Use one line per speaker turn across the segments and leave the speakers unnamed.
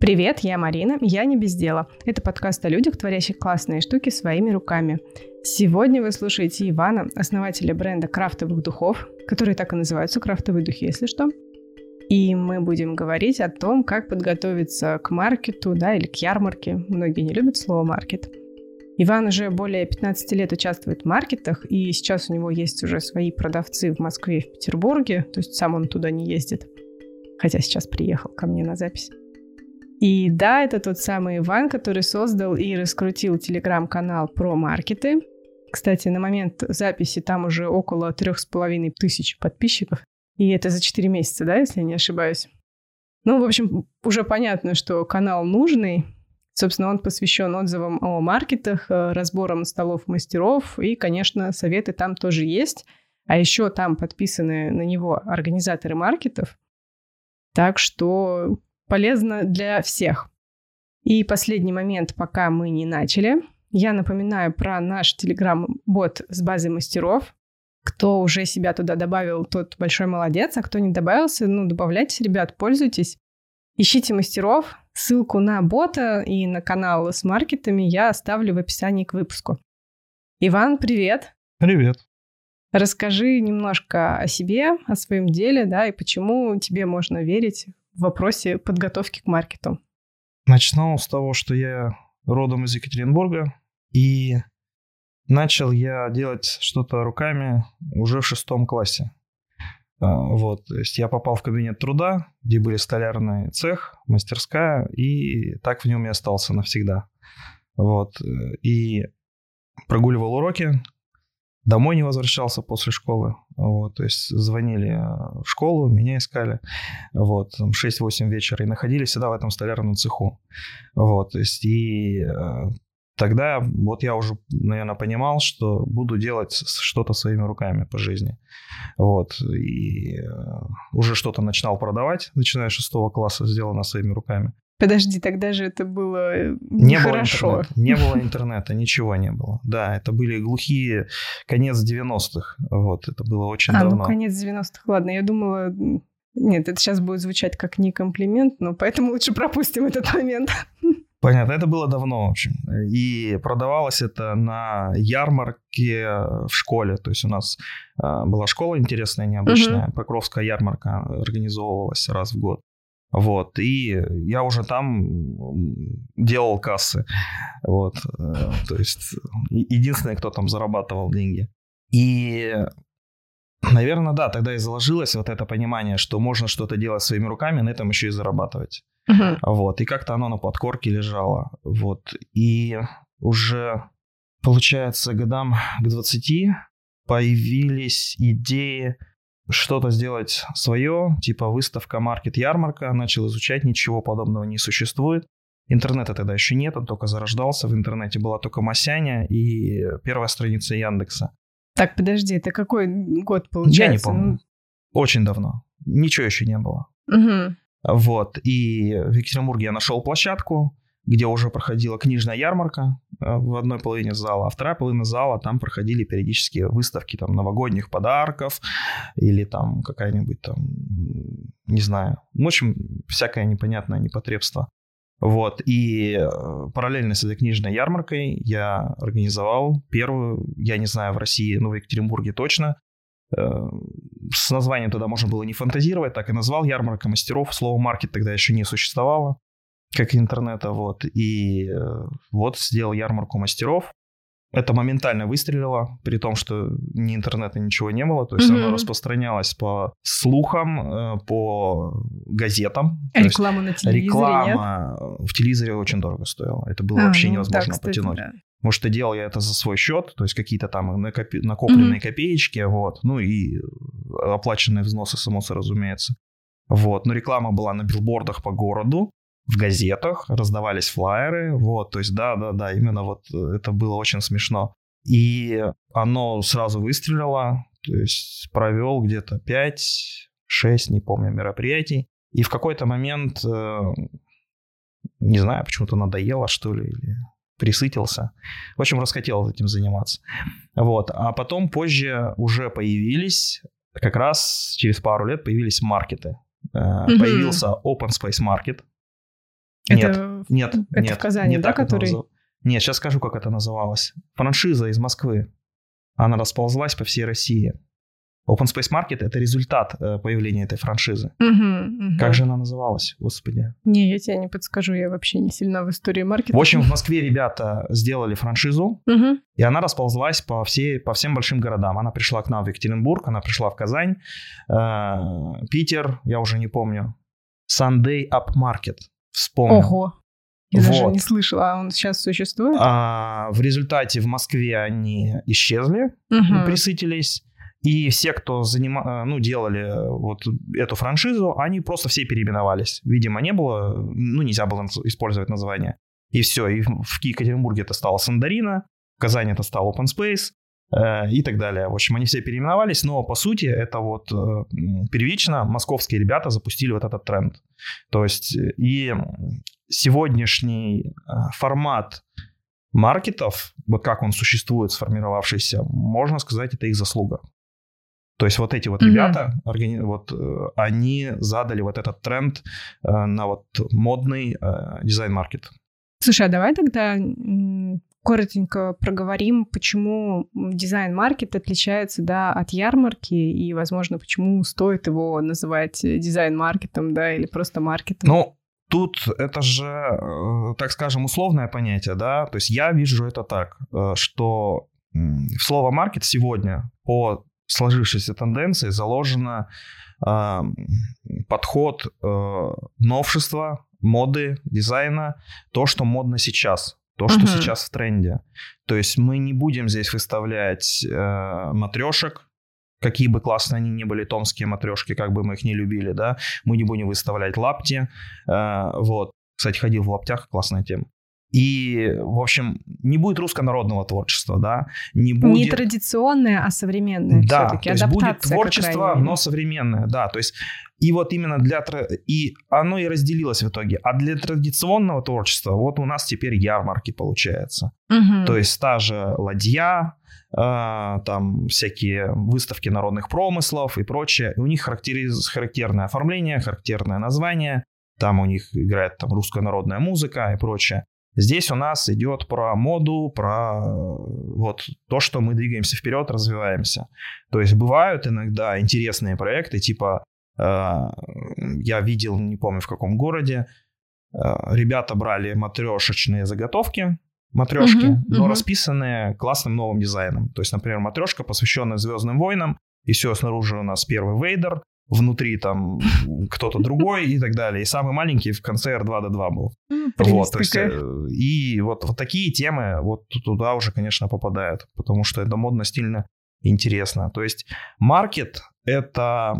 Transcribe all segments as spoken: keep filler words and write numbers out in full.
Привет, я Марина, я не без дела. Это подкаст о людях, творящих классные штуки своими руками. Сегодня вы слушаете Ивана, основателя бренда крафтовых духов, которые так и называются, крафтовые духи, если что. И мы будем говорить о том, как подготовиться к маркету, да, или к ярмарке. Многие не любят слово «маркет». Иван уже более пятнадцать лет участвует в маркетах, и сейчас у него есть уже свои продавцы в Москве и в Петербурге, то есть сам он туда не ездит, хотя сейчас приехал ко мне на запись. И да, это тот самый Иван, который создал и раскрутил телеграм-канал про маркеты. Кстати, на момент записи там уже около трех с половиной тысяч подписчиков. И это за четыре месяца, да, если я не ошибаюсь. Ну, в общем, уже понятно, что канал нужный. Собственно, он посвящен отзывам о маркетах, разборам столов мастеров. И, конечно, советы там тоже есть. А еще там подписаны на него организаторы маркетов. Так что полезно для всех. И последний момент, пока мы не начали. Я напоминаю про наш телеграм-бот с базой мастеров. Кто уже себя туда добавил, тот большой молодец. А кто не добавился, ну, добавляйтесь, ребят, пользуйтесь. Ищите мастеров. Ссылку на бота и на канал с маркетами я оставлю в описании к выпуску. Иван, привет.
Привет.
Расскажи немножко о себе, о своем деле, да, и почему тебе можно верить в вопросе подготовки к маркету.
Начну с того, что я родом из Екатеринбурга, и начал я делать что-то руками уже в шестом классе. Вот, то есть я попал в кабинет труда, где были столярный цех, мастерская, и так в нем и остался навсегда. Вот, и прогуливал уроки, домой не возвращался после школы. Вот, то есть звонили в школу, меня искали. Вот, там шесть-восемь вечера, и находили всегда в этом столярном цеху. Вот, то есть и тогда вот я уже, наверное, понимал, что буду делать что-то своими руками по жизни. Вот. И уже что-то начинал продавать, начиная с шестого класса, сделано своими руками.
Подожди, тогда же это было
не
нехорошо.
Было интернета, не было интернета, ничего не было. Да, это были глухие конец девяностых. Вот, это было очень
а,
давно.
А, ну конец девяностых, ладно. Я думала... Нет, это сейчас будет звучать как не комплимент, но поэтому лучше пропустим этот момент.
Понятно, это было давно, в общем. И продавалось это на ярмарке в школе. То есть у нас э, была школа интересная, необычная. Uh-huh. Покровская ярмарка организовывалась раз в год. Вот. И я уже там делал кассы. Вот. То есть единственный, кто там зарабатывал деньги. И, наверное, да, тогда и заложилось вот это понимание, что можно что-то делать своими руками, на этом еще и зарабатывать. Uh-huh. Вот, и как-то оно на подкорке лежало. Вот. И уже, получается, годам к двадцати появились идеи что-то сделать свое, типа выставка, маркет, ярмарка. Начал изучать, ничего подобного не существует. Интернета тогда еще нет, он только зарождался. В интернете была только Масяня и первая страница Яндекса.
Так, подожди, это какой год получается?
Я не помню. Очень давно. Ничего еще не было.
Uh-huh.
Вот, и в Екатеринбурге я нашел площадку, где уже проходила книжная ярмарка в одной половине зала, а вторая половина зала, там проходили периодически выставки там новогодних подарков или там какая-нибудь там, не знаю, в общем, всякое непонятное непотребство. Вот, и параллельно с этой книжной ярмаркой я организовал первую, я не знаю, в России, но в Екатеринбурге точно, с названием тогда можно было не фантазировать, так и назвал ярмарка мастеров. Слово «маркет» тогда еще не существовало, как и интернета. Вот. И вот сделал ярмарку мастеров. Это моментально выстрелило, при том, что ни интернета, ничего не было. То есть mm-hmm. оно распространялось по слухам, по газетам.
А рекламу на телевизоре
реклама
нет?
В телевизоре очень дорого стоила. Это было
а,
вообще
ну,
невозможно
да, кстати,
потянуть.
Да.
Может, и делал я это за свой счет, то есть какие-то там накопи- накопленные mm-hmm. копеечки, вот, ну и оплаченные взносы, само собой, разумеется. Вот, но реклама была на билбордах по городу, в газетах, раздавались флаеры, вот, то есть да-да-да, именно вот это было очень смешно. И оно сразу выстрелило, то есть провел где-то пять-шесть, не помню, мероприятий, и в какой-то момент, не знаю, почему-то надоело, что ли, или... присытился. В общем, расхотел этим заниматься. Вот. А потом позже уже появились, как раз через пару лет появились маркеты. Mm-hmm. Появился Open Space Market.
Это,
нет, нет,
это
нет,
в Казани,
не
да,
так
который...
это Нет, сейчас скажу, как это называлось. Франшиза из Москвы. Она расползлась по всей России. Open Space Market — это результат э, появления этой франшизы.
Угу, угу.
Как же она называлась, господи?
Не, я тебе не подскажу, я вообще не сильна в истории маркетинга.
В общем, в Москве ребята сделали франшизу,
угу.
и она расползлась по, всей, по всем большим городам. Она пришла к нам в Екатеринбург, она пришла в Казань, э, Питер, я уже не помню, Sunday Up Market, вспомнил.
Ого, я
вот.
даже не слышала, а он сейчас существует?
А, в результате в Москве они исчезли,
угу.
присытились. И все, кто занима... ну, делали вот эту франшизу, они просто все переименовались. Видимо, не было, ну, нельзя было использовать название. И все. И в Екатеринбурге это стало Сандарина, в Казани это стало Open Space э, и так далее. В общем, они все переименовались, но по сути это вот э, первично московские ребята запустили вот этот тренд. То есть и сегодняшний э, формат маркетов, вот как он существует, сформировавшийся, можно сказать, это их заслуга. То есть вот эти вот mm-hmm. ребята, органи... вот, они задали вот этот тренд э, на вот модный э, дизайн-маркет.
Слушай, а давай тогда коротенько проговорим, почему дизайн-маркет отличается, да, от ярмарки, и, возможно, почему стоит его называть дизайн-маркетом, да, или просто маркетом.
Ну, тут это же, так скажем, условное понятие, да, то есть я вижу это так, что в слово «маркет» сегодня по сложившейся тенденции заложено э, подход э, новшества, моды, дизайна, то, что модно сейчас, то, что uh-huh. сейчас в тренде. То есть мы не будем здесь выставлять э, матрешек, какие бы классные они ни были, томские матрешки, как бы мы их не любили, да, мы не будем выставлять лапти, э, вот. Кстати, ходил в лаптях, классная тема. И, в общем, не будет руссконародного творчества, да, не будет...
Не традиционное, а современное
да,
все-таки,
то есть
адаптация,
будет творчество, но современное, да, то есть и вот именно для... И оно и разделилось в итоге, а для традиционного творчества вот у нас теперь ярмарки получается,
угу.
то есть та же ладья, э, там всякие выставки народных промыслов и прочее, и у них характериз... характерное оформление, характерное название, там у них играет там русская народная музыка и прочее. Здесь у нас идет про моду, про вот то, что мы двигаемся вперед, развиваемся. То есть бывают иногда интересные проекты, типа э, я видел, не помню в каком городе, э, ребята брали матрешечные заготовки, матрешки, uh-huh, но uh-huh. расписанные классным новым дизайном. То есть, например, матрешка, посвященная Звездным войнам, и все, снаружи у нас первый Вейдер, внутри там кто-то другой и так далее. И самый маленький в конце эр два дэ два был.
Mm,
вот, то есть, и вот, вот такие темы вот туда уже, конечно, попадают, потому что это модно, стильно, интересно. То есть маркет — это,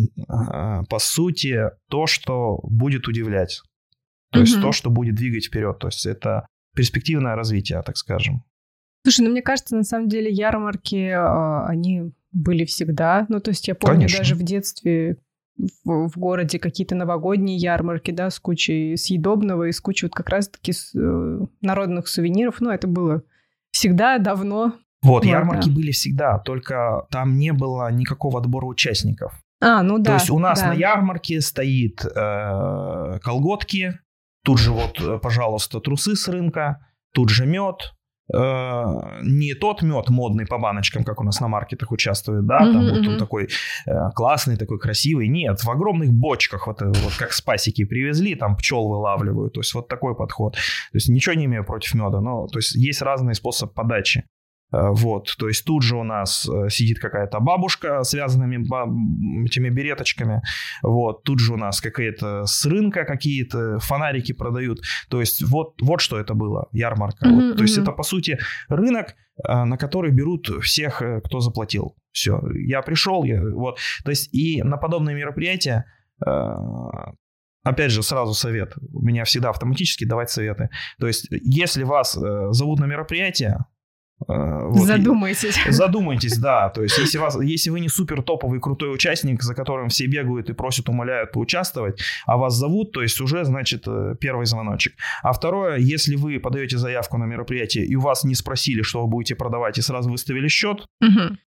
по сути, то, что будет удивлять. То mm-hmm. есть то, что будет двигать вперед. То есть это перспективное развитие, так скажем.
Слушай, ну мне кажется, на самом деле ярмарки, они... были всегда. Ну, то есть я помню
Конечно.
даже в детстве в, в городе какие-то новогодние ярмарки, да, с кучей съедобного и с кучей вот как раз-таки с, э, народных сувениров. Ну, это было всегда, давно.
Вот, ярмарки были всегда, только там не было никакого отбора участников.
А, ну да.
То есть у нас
да.
на ярмарке стоит э, колготки, тут же вот, пожалуйста, трусы с рынка, тут же мед. Uh, не тот мед модный по баночкам, как у нас на маркетах участвует, да, там uh-huh, вот он uh-huh. такой uh, классный, такой красивый. Нет, в огромных бочках, вот, вот как с пасеки привезли, там пчел вылавливают, то есть вот такой подход. То есть ничего не имею против меда, но то есть есть разный способ подачи. Uh, вот, то есть тут же у нас uh, сидит какая-то бабушка с связанными ба- этими береточками, вот, тут же у нас какие-то с рынка какие-то фонарики продают, то есть вот, вот что это было, ярмарка,
mm-hmm,
вот, то есть
mm-hmm.
это по сути рынок, uh, на который берут всех, кто заплатил, все, я пришел, я, вот, то есть и на подобные мероприятия, uh, опять же, сразу совет, у меня всегда автоматически давать советы, то есть если вас uh, зовут на мероприятие,
Вот. Задумайтесь.
Задумайтесь, да. То есть, если, вас, если вы не супер топовый крутой участник, за которым все бегают и просят, умоляют поучаствовать, а вас зовут, то есть уже, значит, первый звоночек. А второе, если вы подаете заявку на мероприятие и у вас не спросили, что вы будете продавать, и сразу выставили счет,
угу.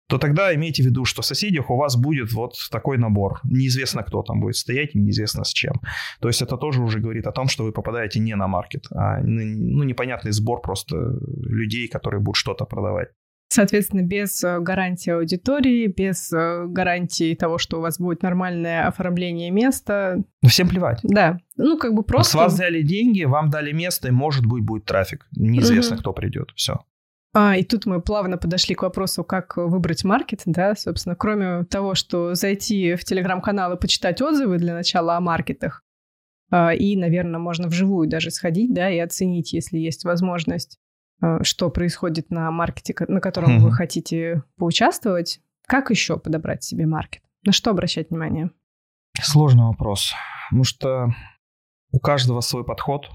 то тогда имейте в виду, что в соседях у вас будет вот такой набор. Неизвестно, кто там будет стоять, неизвестно с чем. То есть это тоже уже говорит о том, что вы попадаете не на маркет, а ну, непонятный сбор просто людей, которые будут что-то продавать.
Соответственно, без гарантии аудитории, без гарантии того, что у вас будет нормальное оформление места.
Ну, всем плевать.
Да. Ну, как бы просто...
С вас взяли деньги, вам дали место, и, может быть, будет трафик. Неизвестно, угу. кто придет. Все.
А, и тут мы плавно подошли к вопросу, как выбрать маркет, да, собственно, кроме того, что зайти в телеграм-канал и почитать отзывы для начала о маркетах, и, наверное, можно вживую даже сходить, да, и оценить, если есть возможность, что происходит на маркете, на котором mm-hmm. вы хотите поучаствовать. Как еще подобрать себе маркет? На что обращать внимание?
Сложный вопрос. Потому что у каждого свой подход,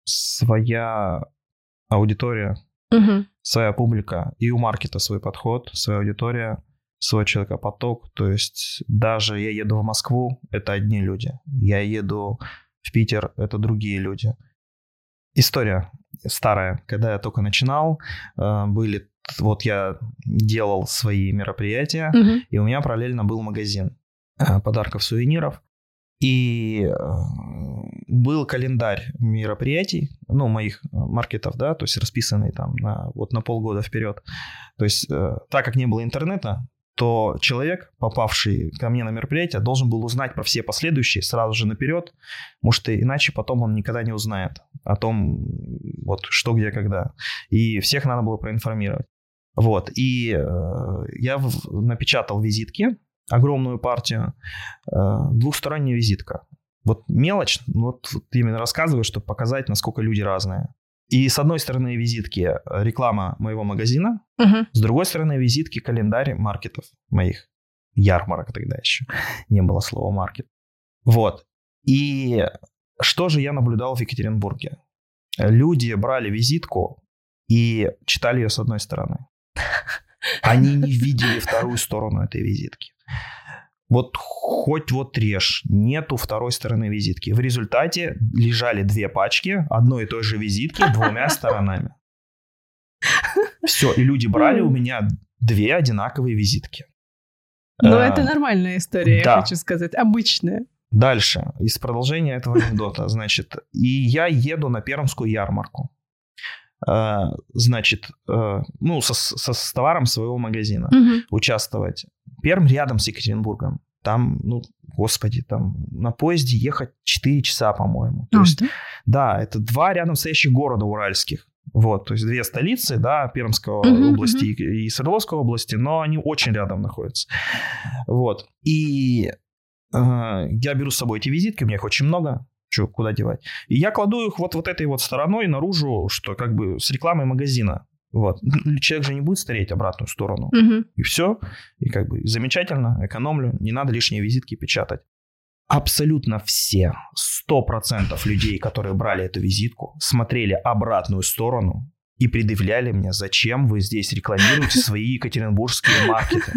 своя аудитория, mm-hmm. своя публика. И у маркета свой подход, своя аудитория, свой человекопоток. То есть даже я еду в Москву, это одни люди. Я еду в Питер, это другие люди. История старая. Когда я только начинал, были, вот я делал свои мероприятия, угу. и у меня параллельно был магазин подарков, сувениров. И был календарь мероприятий, ну, моих маркетов, да, то есть расписанный там на, вот на полгода вперед. То есть так как не было интернета, то человек, попавший ко мне на мероприятие, должен был узнать про все последующие сразу же наперед, потому что иначе потом он никогда не узнает о том, вот что, где, когда. И всех надо было проинформировать. Вот. И э, я в, напечатал визитки, огромную партию, э, двухсторонняя визитка. Вот мелочь, вот, вот именно рассказываю, чтобы показать, насколько люди разные. И с одной стороны визитки реклама моего магазина, uh-huh. с другой стороны визитки календарь маркетов моих. Ярмарок тогда еще не было слова маркет. Вот. И что же я наблюдал в Екатеринбурге? Люди брали визитку и читали ее с одной стороны. Они не видели вторую сторону этой визитки. Вот хоть вот режь, нету второй стороны визитки. В результате лежали две пачки одной и той же визитки двумя сторонами. Все, и люди брали у меня две одинаковые визитки.
Ну, а, это нормальная история, да. Я хочу сказать, обычная.
Дальше, из продолжения этого анекдота, значит, и я еду на Пермскую ярмарку. Значит, ну, со, со, с товаром своего магазина угу. участвовать. Пермь рядом с Екатеринбургом. Там, ну, господи, там на поезде ехать четыре часа, по-моему. То а, есть, да? да, это два рядом стоящих города уральских. Вот, то есть две столицы, да, Пермской uh-huh, области uh-huh. и Свердловской области, но они очень рядом находятся. Вот. И э, я беру с собой эти визитки, у меня их очень много. Что, куда девать? И я кладу их вот, вот этой вот стороной наружу, что как бы с рекламой магазина. Вот. Человек же не будет стареть обратную сторону. Угу. И все. И как бы замечательно, экономлю. Не надо лишние визитки печатать. Абсолютно все, сто процентов людей, которые брали эту визитку, смотрели обратную сторону и предъявляли мне, зачем вы здесь рекламируете свои екатеринбургские маркеты.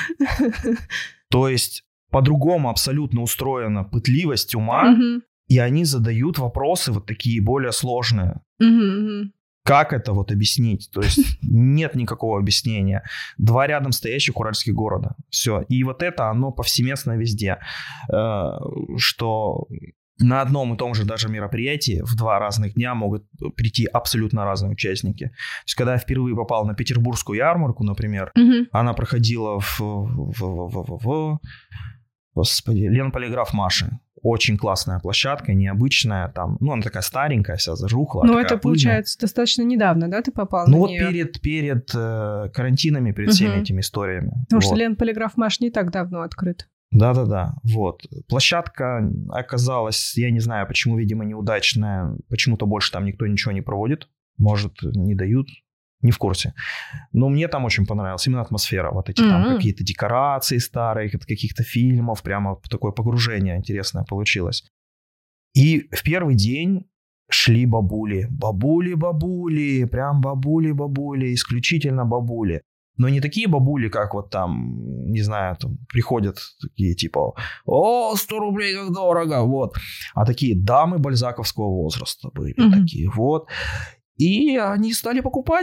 То есть по-другому абсолютно устроена пытливость ума, угу. и они задают вопросы вот такие более сложные. Угу. Как это вот объяснить? То есть нет никакого объяснения. Два рядом стоящих уральских города. Все. И вот это, оно повсеместно везде. Что на одном и том же даже мероприятии в два разных дня могут прийти абсолютно разные участники. То есть когда я впервые попал на Петербургскую ярмарку, например, угу. она проходила в, в, в, в, в господи, Ленполиграф Маши. Очень классная площадка, необычная, там, ну, она такая старенькая, вся зажухла.
Ну, это, получается, пыльная. Достаточно недавно, да, ты попал
ну,
на
вот
нее?
перед, перед э, карантинами, перед угу. всеми этими историями.
Потому
вот.
что Ленполиграф Маш не так давно открыт.
Да-да-да, вот. Площадка оказалась, я не знаю, почему, видимо, неудачная, почему-то больше там никто ничего не проводит, может, не дают. Не в курсе. Но мне там очень понравилась именно атмосфера. Вот эти mm-hmm. там какие-то декорации старые, каких-то фильмов. Прямо такое погружение интересное получилось. И в первый день шли бабули. Бабули-бабули. Прям бабули-бабули. Исключительно бабули. Но не такие бабули, как вот там, не знаю, там приходят такие типа «О, сто рублей, как дорого!» Вот. А такие дамы бальзаковского возраста были. Mm-hmm. Такие вот. И они стали покупать.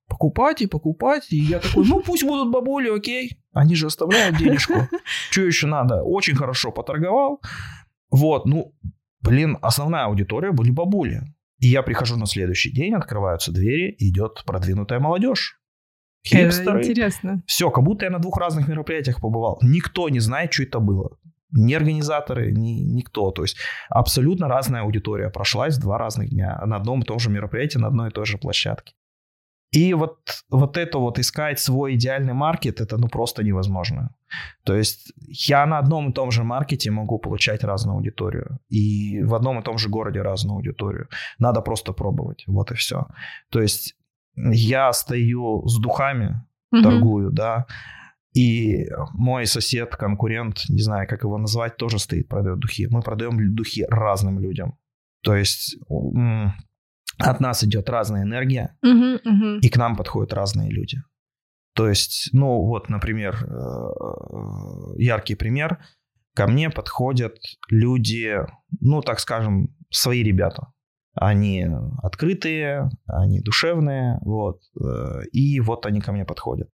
покупать и покупать. И я такой, ну пусть будут бабули, окей. Они же оставляют денежку. Что еще надо? Очень хорошо поторговал. Вот, ну, блин, основная аудитория были бабули. И я прихожу на следующий день, открываются двери, идет продвинутая молодежь. Хипстеры.
Интересно.
Все, как будто я на двух разных мероприятиях побывал. Никто не знает, что это было. Ни организаторы, ни никто. То есть абсолютно разная аудитория прошлась в два разных дня на одном и том же мероприятии, на одной и той же площадке. И вот, вот это вот искать свой идеальный маркет, это ну просто невозможно. То есть я на одном и том же маркете могу получать разную аудиторию. И в одном и том же городе разную аудиторию. Надо просто пробовать. Вот и все. То есть я стою с духами, mm-hmm. торгую, да, и мой сосед, конкурент, не знаю, как его назвать, тоже стоит, продает духи. Мы продаем духи разным людям. То есть от нас идет разная энергия, uh-huh, uh-huh. и к нам подходят разные люди. То есть, ну вот, например, яркий пример. Ко мне подходят люди, ну, так скажем, свои ребята. Они открытые, они душевные, вот. И вот они ко мне подходят.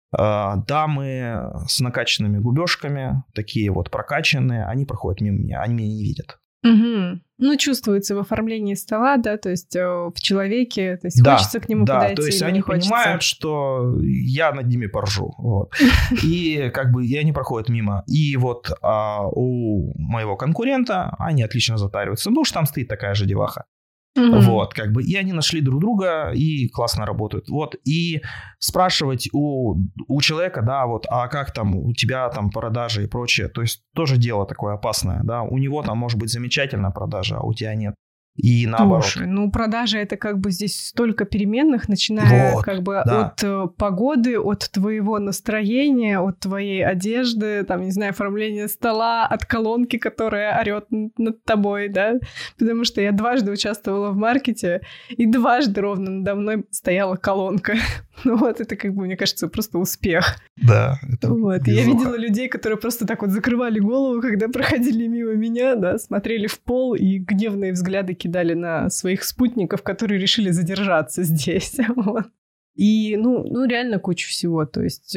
Дамы с накачанными губежками, такие вот прокачанные, они проходят мимо меня, они меня не видят.
Угу. Ну, чувствуется в оформлении стола, да, то есть в человеке, то есть
да,
хочется к нему
да,
подойти.
Да, то есть
или
они
не хочется.
Понимают, что я над ними поржу, вот. И как бы и они проходят мимо. И вот а, у моего конкурента они отлично затариваются, ну, что там стоит такая же деваха. Mm-hmm. Вот, как бы, и они нашли друг друга и классно работают. Вот, и спрашивать у, у человека, да, вот, а как там у тебя там продажи и прочее, то есть тоже дело такое опасное, да, у него там может быть замечательная продажа, а у тебя нет. И наоборот.
Слушай, ну продажи это как бы здесь столько переменных, начиная вот, как бы да. от э, погоды, от твоего настроения, от твоей одежды, там, не знаю, оформления стола, от колонки, которая орёт над тобой, да, потому что я дважды участвовала в маркете, и дважды ровно надо мной стояла колонка. Ну вот, это как бы, мне кажется, просто успех.
Да. Это
вот. Я видела людей, которые просто так вот закрывали голову, когда проходили мимо меня, да, смотрели в пол и гневные взгляды кидали на своих спутников, которые решили задержаться здесь. Вот. И, ну, ну, реально куча всего. То есть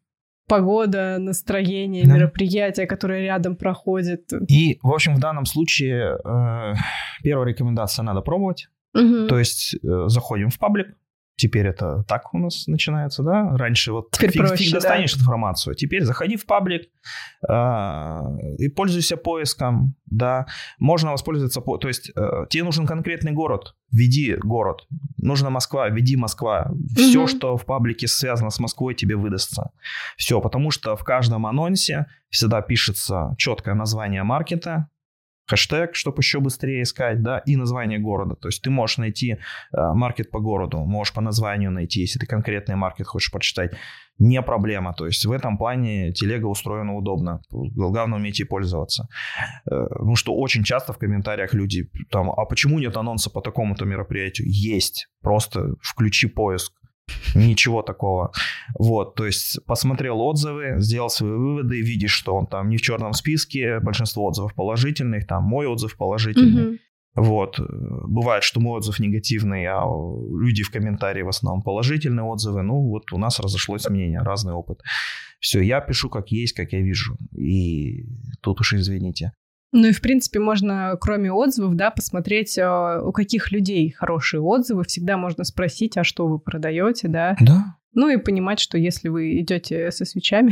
погода, настроение, да. мероприятия, которые рядом проходят.
И, в общем, в данном случае э, первая рекомендация — надо пробовать. Угу. То есть э, заходим в паблик. Теперь это так у нас начинается, да? Раньше вот
Теперь
фиг,
проще,
фиг
да.
достанешь информацию. Теперь заходи в паблик э, и пользуйся поиском, да. Можно воспользоваться, по... то есть э, тебе нужен конкретный город, введи город. Нужна Москва, введи Москва. Все, угу. что в паблике связано с Москвой, тебе выдастся. Все, потому что в каждом анонсе всегда пишется четкое название маркета, хэштег, чтобы еще быстрее искать, да, и название города. То есть ты можешь найти э, маркет по городу, можешь по названию найти, если ты конкретный маркет хочешь почитать. Не проблема. То есть в этом плане телега устроена удобно. Главное уметь ей пользоваться. Э, ну что очень часто в комментариях люди там, а почему нет анонса по такому-то мероприятию? Есть. Просто включи поиск. Ничего такого. Вот, то есть посмотрел отзывы, сделал свои выводы, видишь, что он там не в черном списке, большинство отзывов положительных, там мой отзыв положительный. Mm-hmm. Вот, бывает, что мой отзыв негативный, а люди в комментарии в основном положительные отзывы. Ну, вот у нас разошлось мнение, разный опыт. Все, я пишу как есть, как я вижу. И тут уж извините.
Ну и, в принципе, можно, кроме отзывов, да, посмотреть, у каких людей хорошие отзывы. Всегда можно спросить, а что вы продаете, да?
Да.
Ну и понимать, что если вы идете со свечами,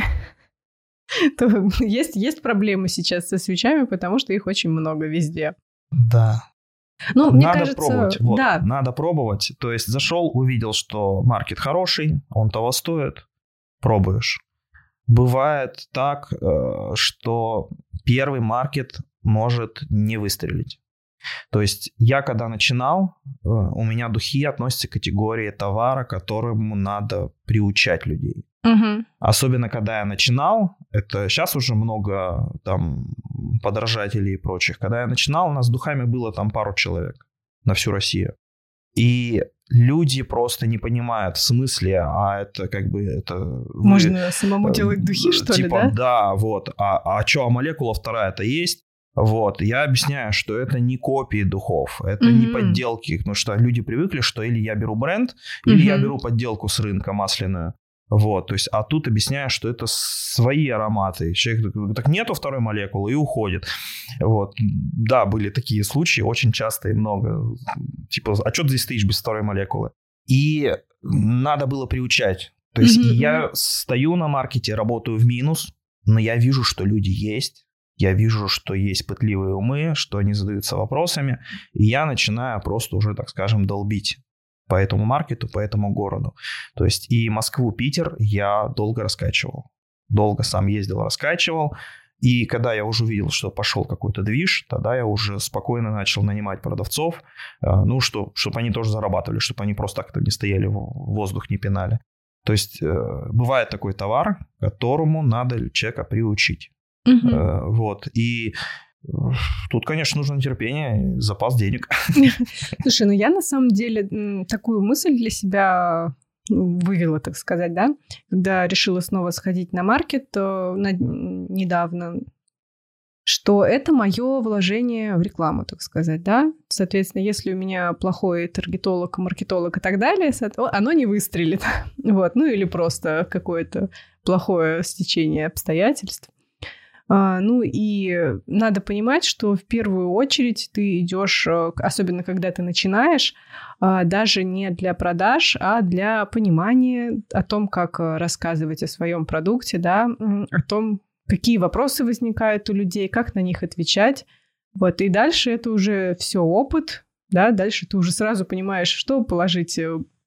то есть, есть проблемы сейчас со свечами, потому что их очень много везде.
Да.
Ну, мне
надо
кажется,
пробовать. Вот,
да.
Надо пробовать. То есть зашел, увидел, что маркет хороший, он того стоит, пробуешь. Бывает так, что первый маркет может не выстрелить. То есть я когда начинал, у меня духи относятся к категории товара, которому надо приучать людей. Угу. Особенно когда я начинал, это сейчас уже много там подражателей и прочих. Когда я начинал, у нас с духами было там пару человек на всю Россию. И люди просто не понимают в смысле, а это как бы это... Вы,
можно самому делать духи, что
типа,
ли, да?
Да, вот. А, а что, а молекула вторая-то есть? Вот, я объясняю, что это не копии духов, это mm-hmm. не подделки, потому что люди привыкли, что или я беру бренд, или mm-hmm. я беру подделку с рынка масляную. Вот, то есть, а тут объясняю, что это свои ароматы. Человек так нету второй молекулы и уходит. Вот, да, были такие случаи, очень часто и много. Типа, а что здесь стоишь без второй молекулы? И надо было приучать. То есть, mm-hmm. я стою на маркете, работаю в минус, но я вижу, что люди есть. Я вижу, что есть пытливые умы, что они задаются вопросами. И я начинаю просто уже, так скажем, долбить по этому маркету, по этому городу. То есть и Москву, Питер я долго раскачивал. Долго сам ездил, раскачивал. И когда я уже видел, что пошел какой-то движ, тогда я уже спокойно начал нанимать продавцов, ну, что, чтобы они тоже зарабатывали, чтобы они просто так-то не стояли, воздух не пинали. То есть бывает такой товар, которому надо человека приучить. Uh-huh. Вот. И тут, конечно, нужно терпение, запас денег.
Слушай, ну я на самом деле такую мысль для себя вывела, так сказать, да, когда решила снова сходить на маркет на... недавно, что это мое вложение в рекламу, так сказать, да. Соответственно, если у меня плохой таргетолог, маркетолог и так далее, оно не выстрелит. Вот. Ну или просто какое-то плохое стечение обстоятельств. А, ну и надо понимать, что в первую очередь ты идешь, особенно когда ты начинаешь, даже не для продаж, а для понимания о том, как рассказывать о своем продукте, да, о том, какие вопросы возникают у людей, как на них отвечать. Вот. И дальше это уже все опыт, да, дальше ты уже сразу понимаешь, что положить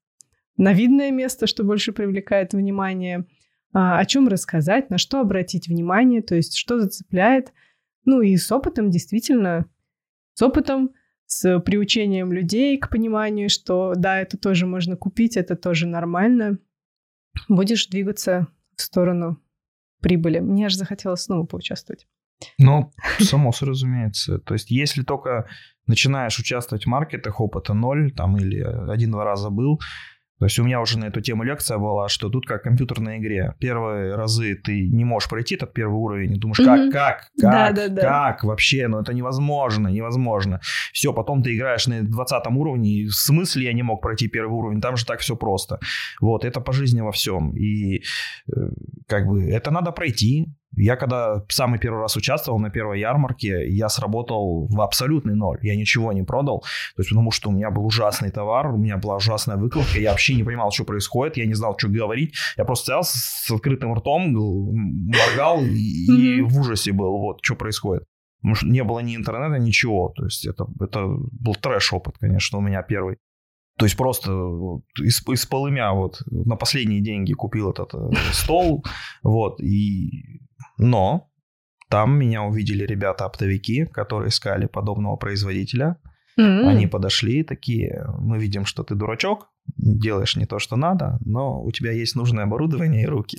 на видное место, что больше привлекает внимание, о чем рассказать, на что обратить внимание, то есть что зацепляет. Ну и с опытом, действительно, с опытом, с приучением людей к пониманию, что да, это тоже можно купить, это тоже нормально, будешь двигаться в сторону прибыли. Мне аж захотелось снова поучаствовать.
Ну, само собой, разумеется. То есть если только начинаешь участвовать в маркетах, опыта ноль, там или один-два раза был. То есть у меня уже на эту тему лекция была, что тут как в компьютерной игре. Первые разы ты не можешь пройти этот первый уровень, и думаешь, как, mm-hmm. как, как, да, да, да. как вообще, ну это невозможно, невозможно. Все, потом ты играешь на двадцатом уровне, и в смысле я не мог пройти первый уровень, там же так все просто. Вот, это по жизни во всем. И как бы это надо пройти. Я когда самый первый раз участвовал на первой ярмарке, я сработал в абсолютный ноль. Я ничего не продал, то есть потому что у меня был ужасный товар, у меня была ужасная выкладка, я вообще не понимал, что происходит, я не знал, что говорить. Я просто стоял с открытым ртом, моргал и, mm-hmm. и в ужасе был, вот, что происходит. Потому что не было ни интернета, ничего. То есть это, это был трэш-опыт, конечно, у меня первый. То есть просто вот, из, из полымя вот на последние деньги купил этот стол, вот, и... Но там меня увидели ребята-оптовики, которые искали подобного производителя. Mm-hmm. Они подошли такие, мы видим, что ты дурачок, делаешь не то, что надо, но у тебя есть нужное оборудование и руки.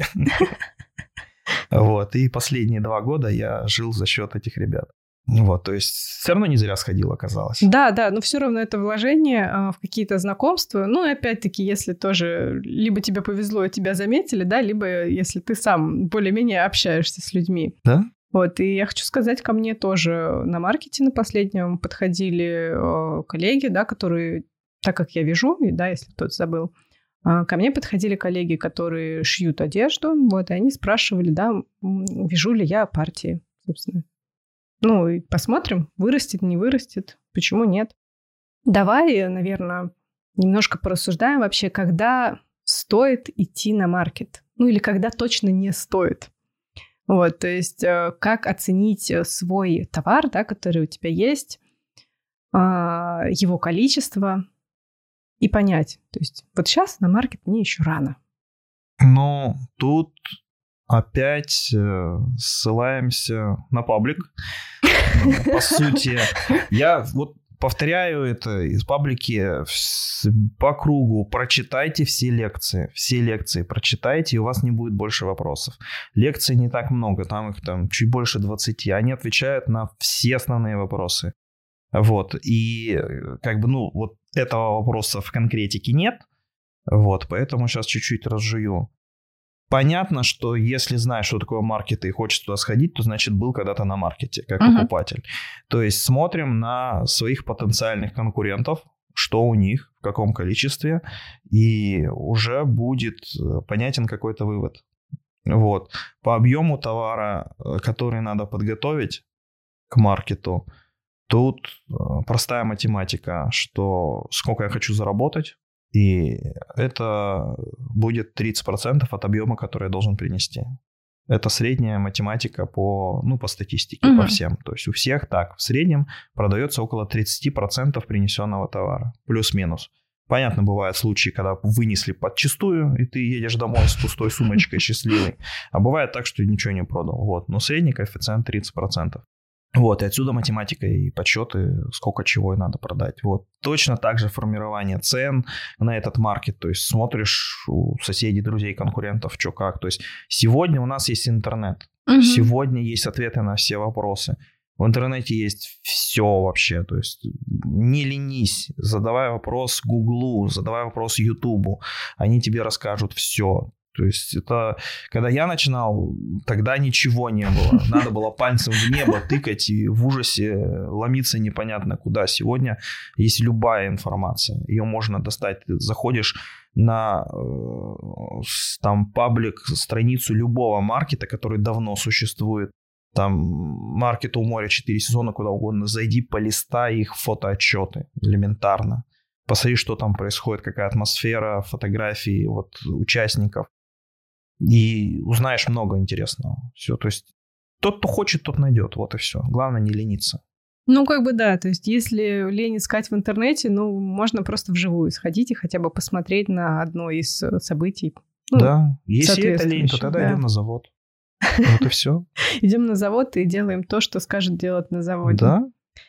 Вот, и последние два года я жил за счет этих ребят. Вот, то есть все равно не зря сходил, оказалось.
Да, да, но все равно это вложение а, в какие-то знакомства. Ну, и опять-таки, если тоже либо тебе повезло, и тебя заметили, да, либо если ты сам более-менее общаешься с людьми.
Да?
Вот, и я хочу сказать, ко мне тоже на маркете на последнем подходили э, коллеги, да, которые, так как я вяжу, и, да, если кто-то забыл, э, ко мне подходили коллеги, которые шьют одежду, вот, и они спрашивали, да, вяжу ли я партии, собственно. Ну, и посмотрим, вырастет, не вырастет, почему нет. Давай, наверное, немножко порассуждаем вообще, когда стоит идти на маркет. Ну, или когда точно не стоит. Вот, то есть, как оценить свой товар, да, который у тебя есть, его количество, и понять. То есть, вот сейчас на маркет мне еще рано.
Ну, тут... Опять э, ссылаемся на паблик. По сути, я вот повторяю это из паблики по кругу. Прочитайте все лекции. Все лекции прочитайте, и у вас не будет больше вопросов. Лекций не так много, там их там чуть больше двадцати. Они отвечают на все основные вопросы. Вот. И как бы, ну, вот этого вопроса в конкретике нет. Вот. Поэтому сейчас чуть-чуть разжую. понятно, что если знаешь, что такое маркет и хочешь туда сходить, то значит был когда-то на маркете, как
uh-huh.
покупатель. То есть смотрим на своих потенциальных конкурентов, что у них, в каком количестве, и уже будет понятен какой-то вывод. Вот. По объему товара, который надо подготовить к маркету, тут простая математика, что сколько я хочу заработать, и это будет тридцать процентов от объема, который я должен принести. Это средняя математика по, ну, по статистике, угу. по всем. То есть у всех так. В среднем продается около тридцать процентов принесенного товара. Плюс-минус. Понятно, бывают случаи, когда вынесли подчистую, и ты едешь домой с пустой сумочкой счастливый. А бывает так, что ничего не продал. Вот. Но средний коэффициент тридцать процентов. Вот, и отсюда математика и подсчеты, сколько чего и надо продать. Вот. Точно так же формирование цен на этот маркет. То есть смотришь у соседей, друзей, конкурентов, что как. То есть сегодня у нас есть интернет. Угу. Сегодня есть ответы на все вопросы. В интернете есть все вообще. То есть не ленись. Задавай вопрос Гуглу, задавай вопрос Ютубу. Они тебе расскажут все. То есть это, когда я начинал, тогда ничего не было. Надо было пальцем в небо тыкать и в ужасе ломиться непонятно куда. Сегодня есть любая информация. Ее можно достать. Ты заходишь на там паблик, страницу любого маркета, который давно существует. Там маркет у моря четыре сезона, куда угодно. Зайди, полистай их фотоотчеты элементарно. Посмотри, что там происходит, какая атмосфера, фотографии вот, участников. И узнаешь много интересного. Все, то есть тот, кто хочет, тот найдет. Вот и все. Главное не лениться.
Ну, как бы да. То есть если лень искать в интернете, ну, можно просто вживую сходить и хотя бы посмотреть на одно из событий. Ну,
да. Если это лень, то тогда да. идем на завод. Вот и все.
Идем на завод и делаем то, что скажет делать на заводе.
Да.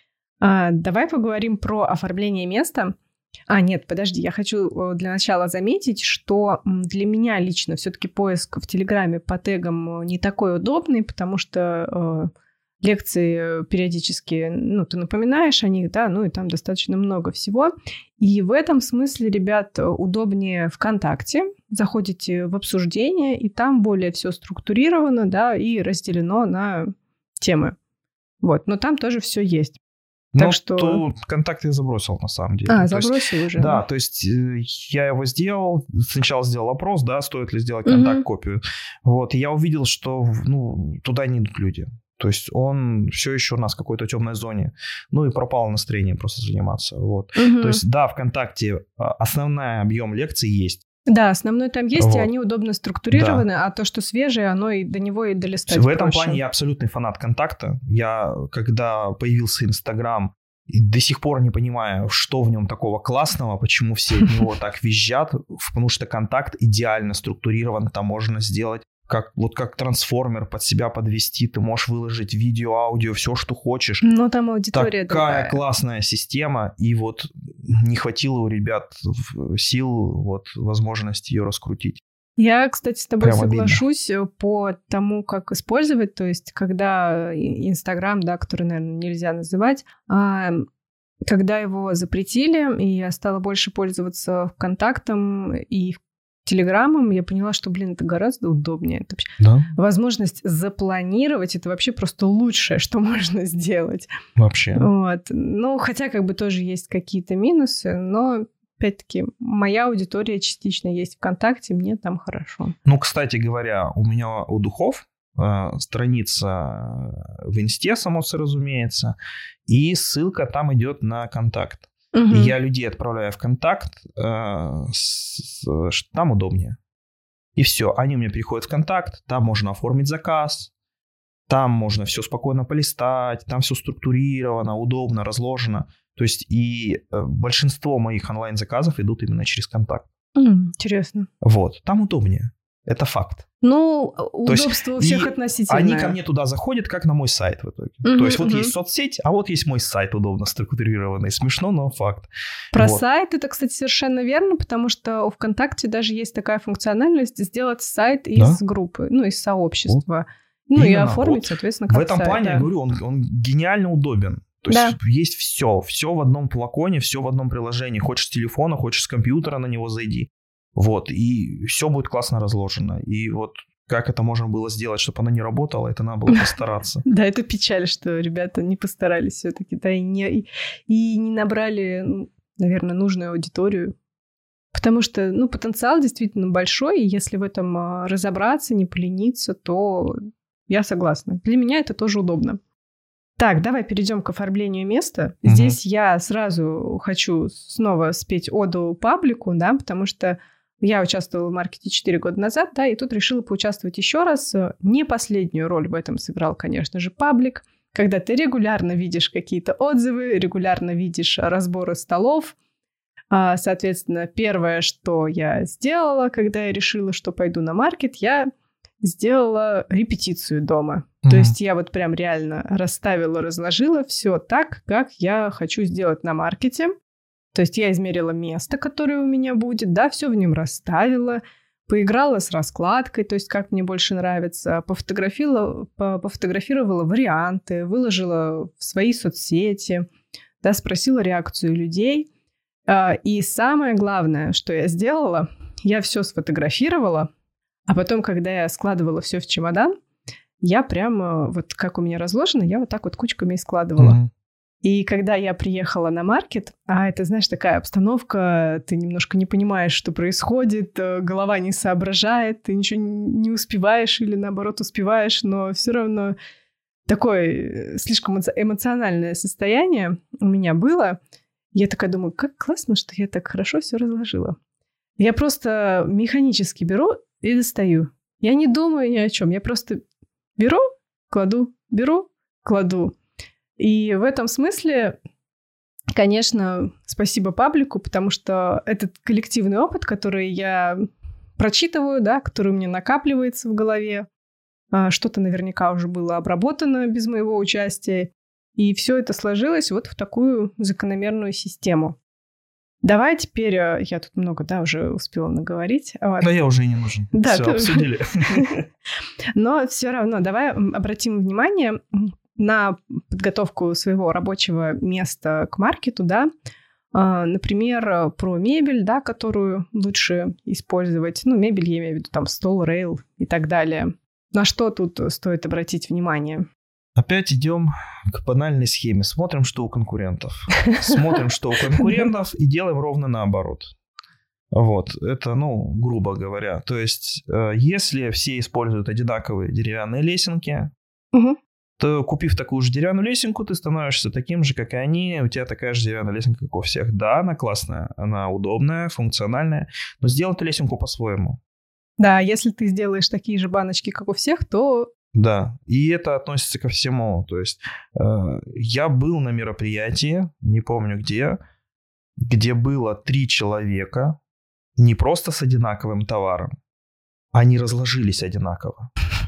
А, давай поговорим про оформление места. А, нет, подожди, я хочу для начала заметить, что для меня лично все-таки поиск в Телеграме по тегам не такой удобный, потому что э, лекции периодически, ну, ты напоминаешь о них, да, ну, и там достаточно много всего. И в этом смысле, ребят, удобнее ВКонтакте. Заходите в обсуждение, и там более все структурировано, да, и разделено на темы. Вот, но там тоже все есть.
Так
ну,
что... то контакт я забросил, на самом деле.
А,
то
забросил
есть,
уже.
Да, да, то есть я его сделал, сначала сделал опрос, да, стоит ли сделать контакт-копию. Угу. Вот, и я увидел, что ну, туда не идут люди. То есть он все еще у нас в какой-то темной зоне. Ну и пропало настроение просто заниматься. Вот. Угу. То есть да, ВКонтакте основной объем лекций есть.
Да, основной там есть, вот. И они удобно структурированы, да. А то, что свежее, оно и до него и долистать
В этом
проще.
плане я абсолютный фанат контакта. Я, когда появился Инстаграм, до сих пор не понимаю, что в нем такого классного, почему все от него так визжат, потому что контакт идеально структурирован, там можно сделать как, вот как трансформер под себя подвести, ты можешь выложить видео, аудио, все, что хочешь.
Но там аудитория
такая
другая.
Классная система, и вот не хватило у ребят сил, вот, возможности ее раскрутить.
Я, кстати, с тобой
Прям
соглашусь
обидно.
По тому, как использовать, то есть когда Инстаграм, да, который, наверное, нельзя называть, а когда его запретили, и я стала больше пользоваться ВКонтактом и Телеграмом, я поняла, что, блин, это гораздо удобнее. Это вообще...
Да.
Возможность запланировать — это вообще просто лучшее, что можно сделать.
Вообще.
Вот. Ну, хотя как бы тоже есть какие-то минусы, но, опять-таки, моя аудитория частично есть ВКонтакте, мне там хорошо.
Ну, кстати говоря, у меня у Духов э, страница в Инсте, само собой разумеется, и ссылка там идет на контакт. Угу. И я людей отправляю в контакт, э, с, с, там удобнее. И все, они у меня переходят в контакт, там можно оформить заказ, там можно все спокойно полистать, там все структурировано, удобно, разложено. То есть и э, большинство моих онлайн-заказов идут именно через контакт.
Mm, интересно.
Вот, там удобнее. Это факт.
Ну, удобство у всех относительное.
Они ко мне туда заходят, как на мой сайт в итоге. Uh-huh, То есть вот uh-huh. есть соцсеть, а вот есть мой сайт удобно структурированный. Смешно, но факт.
Про
вот.
сайт это, кстати, совершенно верно, потому что у ВКонтакте даже есть такая функциональность сделать сайт из да? группы, ну, из сообщества. Вот. Ну, Именно. И оформить, вот. Соответственно, как
В этом
сайт,
плане,
да.
я говорю, он, он гениально удобен. То есть
да.
есть все, все в одном флаконе, все в одном приложении. Хочешь с телефона, хочешь с компьютера на него зайди. Вот, и все будет классно разложено. И вот как это можно было сделать, чтобы оно не работало, это надо было постараться.
Да, это печаль, что ребята не постарались все-таки, да, и не, и не набрали, наверное, нужную аудиторию. Потому что, ну, потенциал действительно большой, и если в этом разобраться, не полениться, то я согласна. Для меня это тоже удобно. Так, давай перейдем к оформлению места. Угу. Здесь я сразу хочу снова спеть оду паблику, да, потому что я участвовала в маркете четыре года назад, да, и тут решила поучаствовать еще раз. Не последнюю роль в этом сыграл, конечно же, паблик. Когда ты регулярно видишь какие-то отзывы, регулярно видишь разборы столов. Соответственно, первое, что я сделала, когда я решила, что пойду на маркет, я сделала репетицию дома. Mm-hmm. То есть я вот прям реально расставила, разложила все так, как я хочу сделать на маркете. То есть я измерила место, которое у меня будет, да, все в нем расставила, поиграла с раскладкой, то есть как мне больше нравится, пофотографировала, пофотографировала варианты, выложила в свои соцсети, да, спросила реакцию людей. И самое главное, что я сделала, я все сфотографировала, а потом, когда я складывала все в чемодан, я прямо, вот как у меня разложено, я вот так вот кучками и складывала. Mm-hmm. И когда я приехала на маркет, а это, знаешь, такая обстановка, ты немножко не понимаешь, что происходит, голова не соображает, ты ничего не успеваешь или, наоборот, успеваешь, но все равно такое слишком эмоциональное состояние у меня было. Я такая думаю, как классно, что я так хорошо все разложила. Я просто механически беру и достаю. Я не думаю ни о чем, я просто беру, кладу, беру, кладу. И в этом смысле, конечно, спасибо паблику, потому что этот коллективный опыт, который я прочитываю, да, который у меня накапливается в голове, что-то наверняка уже было обработано без моего участия, и все это сложилось вот в такую закономерную систему. Давай теперь, я тут много, да, уже успела наговорить.
Вот. Да я уже и не нужен. Да, все, ты... обсудили.
Но все равно давай обратим внимание на подготовку своего рабочего места к маркету, да, например, про мебель, да, которую лучше использовать. Ну, мебель, я имею в виду там стол, рейл и так далее. На что тут стоит обратить внимание?
Опять идем к банальной схеме. Смотрим, что у конкурентов. Смотрим, что у конкурентов, и делаем ровно наоборот. Вот, это, ну, грубо говоря. То есть, если все используют одинаковые деревянные лесенки, угу. то, купив такую же деревянную лесенку, ты становишься таким же, как и они. У тебя такая же деревянная лесенка, как у всех. Да, она классная, она удобная, функциональная, но сделай ты лесенку по-своему.
Да, если ты сделаешь такие же баночки, как у всех, то...
Да, и это относится ко всему. То есть э, я был на мероприятии, не помню где, где было три человека, не просто с одинаковым товаром, они разложились одинаково.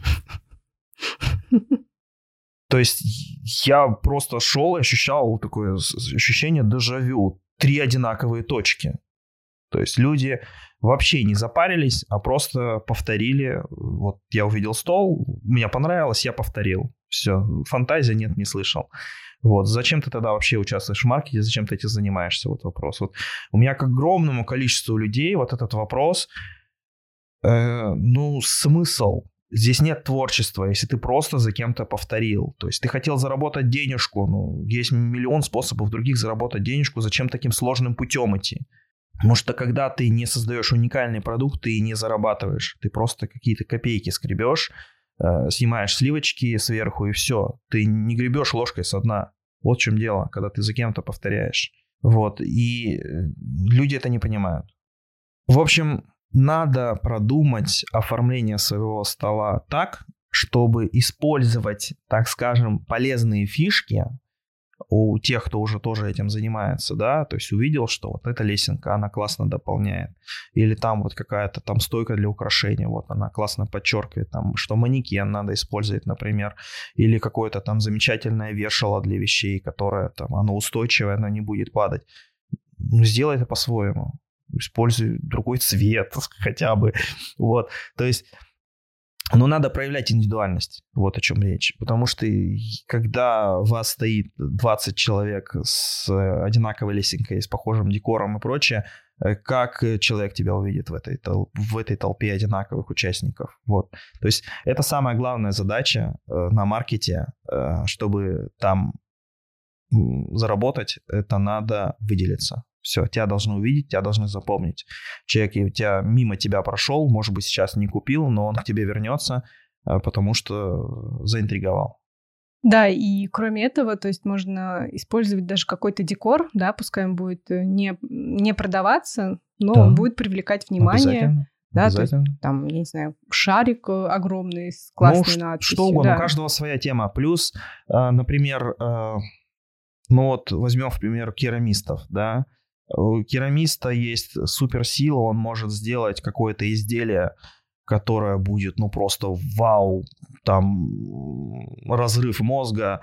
То есть я просто шел и ощущал такое ощущение дежавю. Три одинаковые точки. То есть люди вообще не запарились, а просто повторили. Вот я увидел стол, мне понравилось, я повторил. Все, фантазии нет, не слышал. Вот, зачем ты тогда вообще участвуешь в маркете, зачем ты этим занимаешься? Вот вопрос. Вот у меня к огромному количеству людей вот этот вопрос, э, ну, смысл. Здесь нет творчества, если ты просто за кем-то повторил. То есть ты хотел заработать денежку, ну, есть миллион способов других заработать денежку, зачем таким сложным путем идти? Потому что когда ты не создаешь уникальный продукт, ты не зарабатываешь. Ты просто какие-то копейки скребешь, э, снимаешь сливочки сверху и все. Ты не гребешь ложкой со дна. Вот в чем дело, когда ты за кем-то повторяешь. Вот. И люди это не понимают. В общем, надо продумать оформление своего стола так, чтобы использовать, так скажем, полезные фишки у тех, кто уже тоже этим занимается, да, то есть увидел, что вот эта лесенка, она классно дополняет, или там вот какая-то там стойка для украшения, вот она классно подчеркивает, там, что манекен надо использовать, например, или какое-то там замечательное вешало для вещей, которое там, оно устойчивое, оно не будет падать. Ну, сделай это по-своему, используй другой цвет хотя бы, вот, то есть но надо проявлять индивидуальность, вот о чем речь. Потому что когда у вас стоит двадцать человек с одинаковой лесенкой, с похожим декором и прочее, как человек тебя увидит в этой, тол- в этой толпе одинаковых участников. Вот. То есть это самая главная задача э, на маркете, э, чтобы там м, заработать, это надо выделиться. Все, тебя должны увидеть, тебя должны запомнить. Человек и у тебя, мимо тебя прошел, может быть, сейчас не купил, но он к тебе вернется, э, потому что заинтриговал.
Да, и кроме этого, то есть можно использовать даже какой-то декор, да, пускай он будет не, не продаваться, но
Да.
он будет привлекать внимание.
Обязательно.
Да, то есть
Обязательно.
там, я не знаю, шарик э, огромный с
Ну,
классной
ш-
надписью.
что угодно,
да.
у каждого своя тема. Плюс, э, например, э, ну вот возьмем, в пример, керамистов, да. У керамиста есть суперсила, он может сделать какое-то изделие, которое будет, ну, просто вау, там, м, разрыв мозга.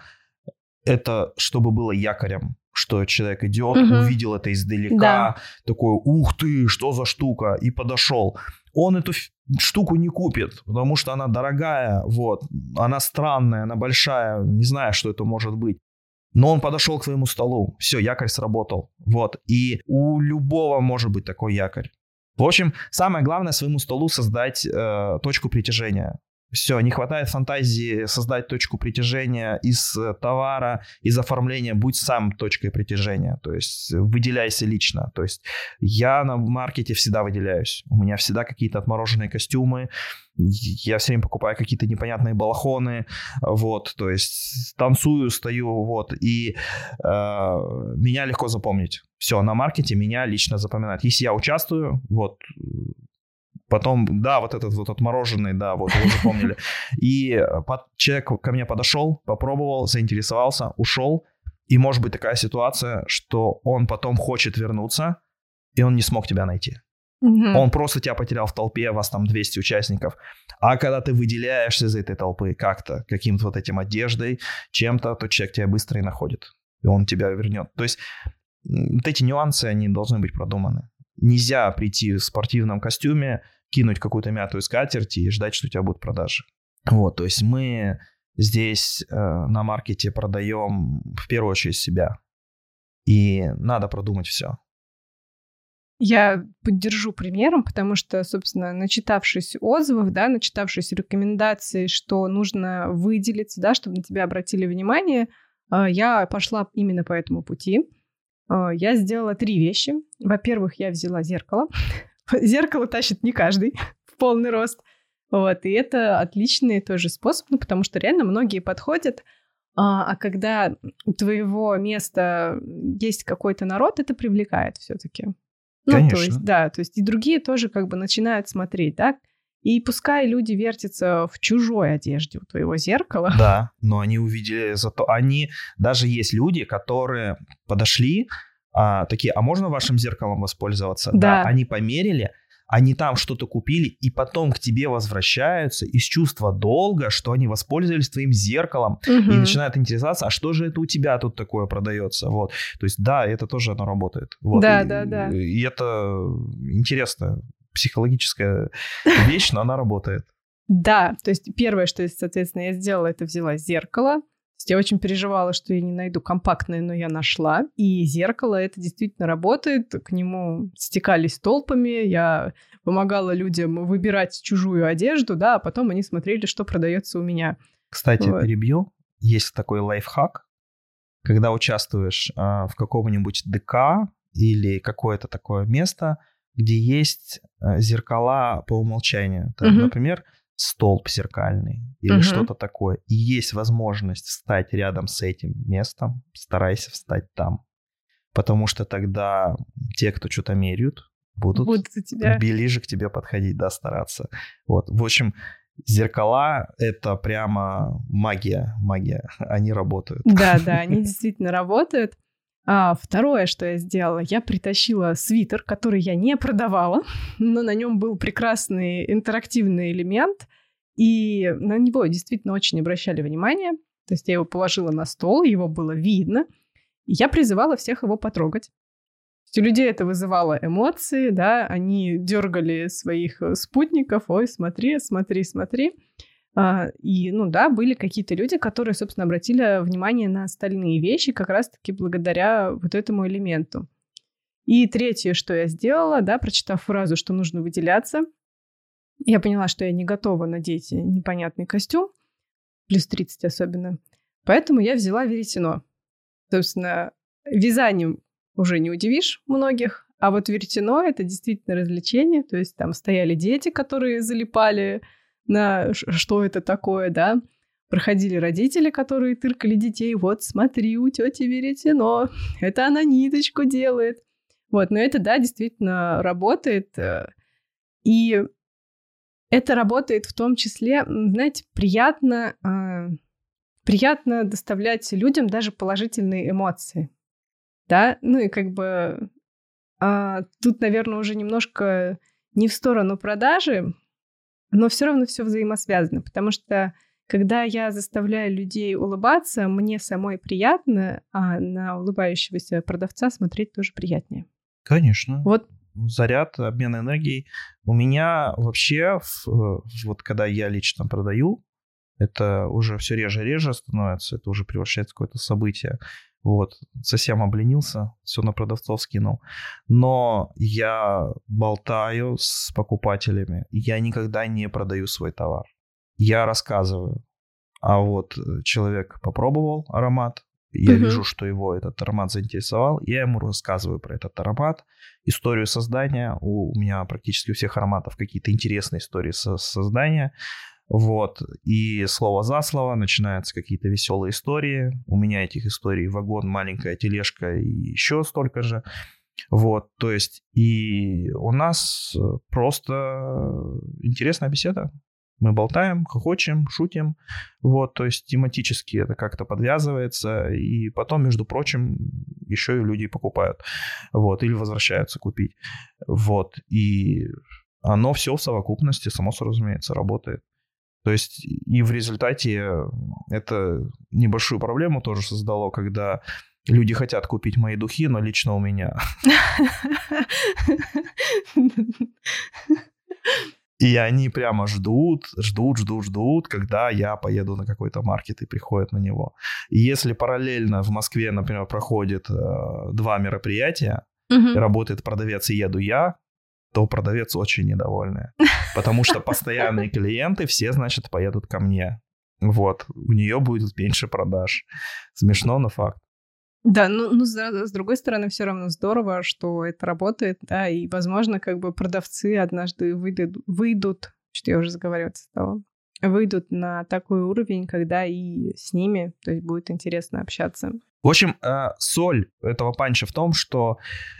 Это чтобы было якорем, что человек идет,
Мгм.
увидел это издалека,
Да.
такой, ух ты, что за штука, и подошел. Он эту ф- штуку не купит, потому что она дорогая, вот, она странная, она большая, не знаю, что это может быть. Но он подошел к твоему столу, все, якорь сработал, вот. И у любого может быть такой якорь. В общем, самое главное своему столу создать э, точку притяжения. Все, не хватает фантазии создать точку притяжения из э, товара, из оформления, будь сам точкой притяжения, то есть выделяйся лично. То есть я на маркете всегда выделяюсь, у меня всегда какие-то отмороженные костюмы, я все время покупаю какие-то непонятные балахоны, вот, то есть танцую, стою, вот, и э, меня легко запомнить. Все, на маркете меня лично запоминают. Если я участвую, вот, потом, да, вот этот вот отмороженный, да, вот его запомнили. И под, человек ко мне подошел, попробовал, заинтересовался, ушел. И может быть такая ситуация, что он потом хочет вернуться, и он не смог тебя найти.
Мгм.
Он просто тебя потерял в толпе, вас там двести участников. А когда ты выделяешься из этой толпы как-то, каким-то вот этим одеждой, чем-то, то человек тебя быстро и находит. И он тебя вернет. То есть м, вот эти нюансы, они должны быть продуманы. Нельзя прийти в спортивном костюме, кинуть какую-то мятую скатерть и ждать, что у тебя будут продажи. Вот, то есть мы здесь э, на маркете продаем в первую очередь себя. И надо продумать все.
Я поддержу примером, потому что, собственно, начитавшись отзывов, да, начитавшись рекомендаций, что нужно выделиться, да, чтобы на тебя обратили внимание, э, я пошла именно по этому пути. Э, Я сделала три вещи. Во-первых, я взяла зеркало. Зеркало тащит не каждый в полный рост. Вот, и это отличный тоже способ, ну, потому что реально многие подходят, а, а когда у твоего места есть какой-то народ, это привлекает все-таки. Ну,
Конечно.
то есть, да, то есть и другие тоже как бы начинают смотреть, да, и пускай люди вертятся в чужой одежде у твоего зеркала.
Да, но они увидели зато... Они... Даже есть люди, которые подошли, а, такие, а можно вашим зеркалом воспользоваться?
Да.
Да, они померили, они там что-то купили, и потом к тебе возвращаются из чувства долга, что они воспользовались твоим зеркалом,
Мгм.
и начинают интересоваться, а что же это у тебя тут такое продается? Вот. То есть, да, это тоже оно работает. Вот.
Да,
и,
да, да.
И это интересная психологическая вещь, но она работает.
Да, то есть первое, что, соответственно, я сделала, это взяла зеркало. То есть я очень переживала, что я не найду компактное, но я нашла. И зеркало это действительно работает. К нему стекались толпами. Я помогала людям выбирать чужую одежду, да, а потом они смотрели, что продается у меня.
Кстати,
Вот.
перебью. Есть такой лайфхак, когда участвуешь а, в каком-нибудь ДК или какое-то такое место, где есть а, зеркала по умолчанию. Там,
Мгм.
например, столб зеркальный или
Мгм.
что-то такое. И есть возможность встать рядом с этим местом, старайся встать там. Потому что тогда те, кто что-то меряют, будут,
Будут у тебя.
ближе к тебе подходить, да, стараться. Вот. В общем, зеркала — это прямо магия, магия. Они работают.
Да, да, они действительно работают. А второе, что я сделала, я притащила свитер, который я не продавала, но на нем был прекрасный интерактивный элемент, и на него действительно очень обращали внимание. То есть я его положила на стол, его было видно, и я призывала всех его потрогать. То есть у людей это вызывало эмоции, да, они дергали своих спутников, ой, смотри, смотри, смотри. А, И, ну да, были какие-то люди, которые, собственно, обратили внимание на остальные вещи как раз-таки благодаря вот этому элементу. И третье, что я сделала, да, прочитав фразу, что нужно выделяться, я поняла, что я не готова надеть непонятный костюм, плюс тридцать особенно. Поэтому я взяла веретено. Собственно, вязанием уже не удивишь многих, а вот веретено — это действительно развлечение. То есть там стояли дети, которые залипали на что это такое, да. Проходили родители, которые тыркали детей. Вот, смотри, у тети веретено. Это она ниточку делает. Вот, но это, да, действительно работает. И это работает в том числе, знаете, приятно, э, приятно доставлять людям даже положительные эмоции, да, ну и как бы э, тут, наверное, уже немножко не в сторону продажи, но все равно все взаимосвязано, потому что когда я заставляю людей улыбаться, мне самой приятно, а на улыбающегося продавца смотреть тоже приятнее.
Конечно.
Вот.
Заряд, обмен энергией. У меня вообще, вот когда я лично продаю, это уже все реже и реже становится, это уже превращается в какое-то событие. Вот, совсем обленился, все на продавцов скинул. Но я болтаю с покупателями, я никогда не продаю свой товар. Я рассказываю. А вот человек попробовал аромат, я uh-huh. вижу, что его этот аромат заинтересовал, я ему рассказываю про этот аромат, историю создания. У меня практически у всех ароматов какие-то интересные истории со- создания. Вот. И слово за слово начинаются какие-то веселые истории. У меня этих историй вагон, маленькая тележка и еще столько же. Вот. То есть и у нас просто интересная беседа. Мы болтаем, хохочем, шутим, вот, то есть тематически это как-то подвязывается, и потом, между прочим, еще и люди покупают, вот, или возвращаются купить, вот, и оно все в совокупности, само собой, разумеется, работает. То есть и в результате это небольшую проблему тоже создало, когда люди хотят купить мои духи, но лично у меня. И они прямо ждут, ждут, ждут, ждут, когда я поеду на какой-то маркет и приходят на него. И если параллельно в Москве, например, проходит э, два мероприятия, угу. и работает продавец и еду я, то продавец очень недовольный. Потому что постоянные клиенты все, значит, поедут ко мне. Вот. У нее будет меньше продаж. Смешно, но факт.
Да, ну, ну с, с другой стороны, все равно здорово, что это работает, да, и, возможно, как бы продавцы однажды выйдут, выйдут, что я уже заговариваться стала, выйдут на такой уровень, когда и с ними, то есть будет интересно общаться.
В общем, соль этого панча в том, что,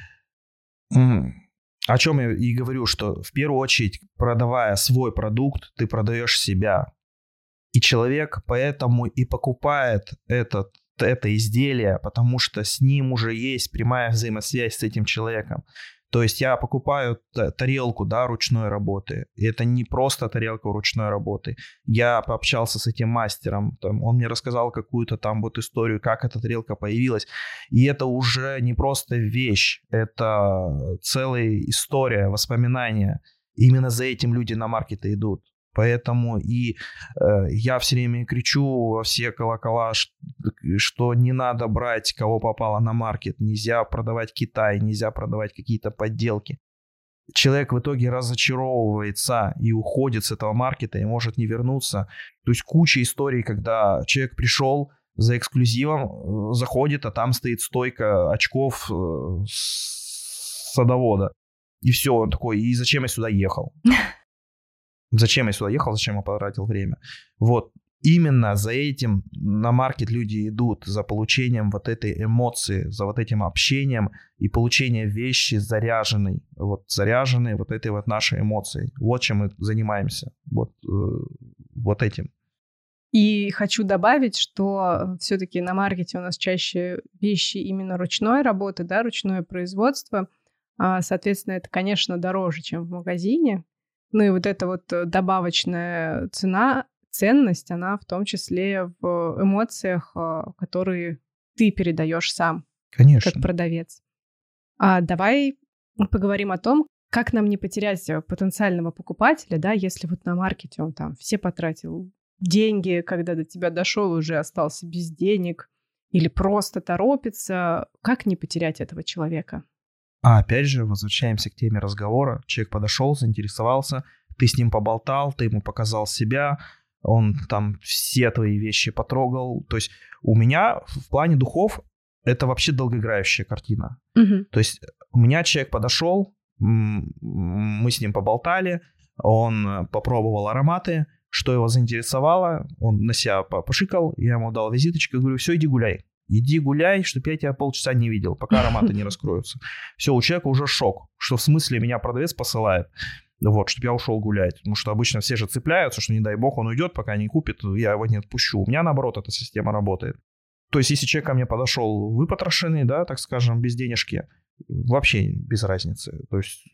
о чем я и говорю, что в первую очередь, продавая свой продукт, ты продаешь себя. И человек поэтому и покупает этот это изделие, потому что с ним уже есть прямая взаимосвязь с этим человеком. То есть я покупаю тарелку, да, ручной работы. И это не просто тарелка ручной работы. Я пообщался с этим мастером, там, он мне рассказал какую-то там вот историю, как эта тарелка появилась. И это уже не просто вещь, это целая история, воспоминания. Именно за этим люди на маркеты идут. Поэтому и э, я все время кричу во все колокола, что, что не надо брать, кого попало на маркет, нельзя продавать Китай, нельзя продавать какие-то подделки. Человек в итоге разочаровывается и уходит с этого маркета и может не вернуться. То есть куча историй, когда человек пришел за эксклюзивом, заходит, а там стоит стойка очков э, садовода. И все, он такой, и зачем я сюда ехал? Зачем я сюда ехал, зачем я потратил время? Вот именно за этим на маркет люди идут, за получением вот этой эмоции, за вот этим общением и получением вещи заряженной, вот заряженной вот этой вот нашей эмоцией. Вот чем мы занимаемся, вот, э, вот этим.
И хочу добавить, что все-таки на маркете у нас чаще вещи именно ручной работы, да, ручное производство. Соответственно, это, конечно, дороже, чем в магазине. Ну и вот эта вот добавочная цена, ценность, она в том числе в эмоциях, которые ты передаешь сам,
конечно,
как продавец. А давай поговорим о том, как нам не потерять потенциального покупателя, да, если вот на маркете он там все потратил деньги, когда до тебя дошел, уже остался без денег или просто торопится. Как не потерять этого человека?
А опять же, возвращаемся к теме разговора. Человек подошел, заинтересовался, ты с ним поболтал, ты ему показал себя, он там все твои вещи потрогал. То есть у меня в плане духов это вообще долгоиграющая картина.
Угу.
То есть у меня человек подошел, мы с ним поболтали, он попробовал ароматы, что его заинтересовало, он на себя пошикал, я ему дал визиточку и говорю, все, иди гуляй. Иди гуляй, чтобы я тебя полчаса не видел, пока ароматы не раскроются. Все, у человека уже шок, что в смысле меня продавец посылает, вот, чтобы я ушел гулять. Потому что обычно все же цепляются, что не дай бог он уйдет, пока не купит, я его не отпущу. У меня наоборот эта система работает. То есть если человек ко мне подошел выпотрошенный, да, так скажем, без денежки, вообще без разницы. То есть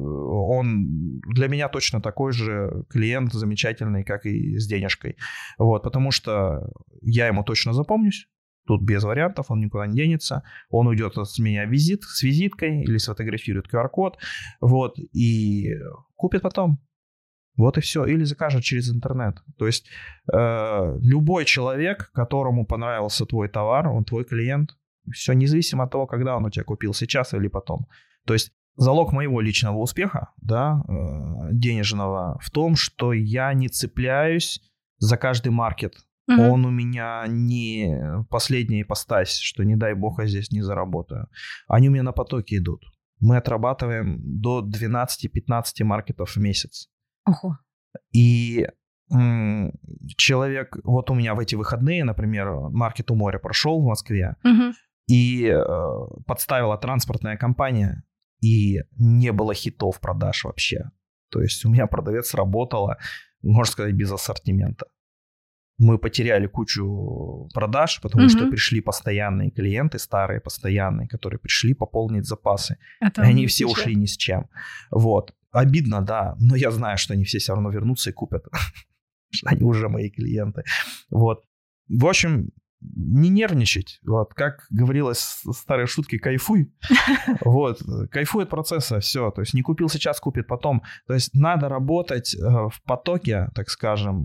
он для меня точно такой же клиент замечательный, как и с денежкой. Вот, потому что я ему точно запомнюсь. Тут без вариантов, он никуда не денется. Он уйдет с меня визит, с визиткой или сфотографирует ку ар код, вот, и купит потом. Вот и все. Или закажет через интернет. То есть э, любой человек, которому понравился твой товар, он твой клиент. Все независимо от того, когда он у тебя купил, сейчас или потом. То есть залог моего личного успеха, да, э, денежного, в том, что я не цепляюсь за каждый маркет. Uh-huh. Он у меня не последняя ипостась, что не дай бог я здесь не заработаю. Они у меня на потоке идут. Мы отрабатываем до двенадцать-пятнадцать маркетов в месяц.
Uh-huh.
И м- человек, вот у меня в эти выходные, например, маркет у моря прошел в Москве,
uh-huh.
и э, подставила транспортная компания, и не было хитов продаж вообще. То есть у меня продавец работала, можно сказать, без ассортимента. Мы потеряли кучу продаж, потому mm-hmm. что пришли постоянные клиенты, старые постоянные, которые пришли пополнить запасы.
Это
и они все ушли ни с чем. Вот. Обидно, да, но я знаю, что они все все равно вернутся и купят. Они уже мои клиенты. Вот. В общем, не нервничать. Вот. Как говорилось в старой шутке, кайфуй. Вот. Кайфуй от процесса, все. То есть не купил сейчас, купит потом. То есть надо работать в потоке, так скажем,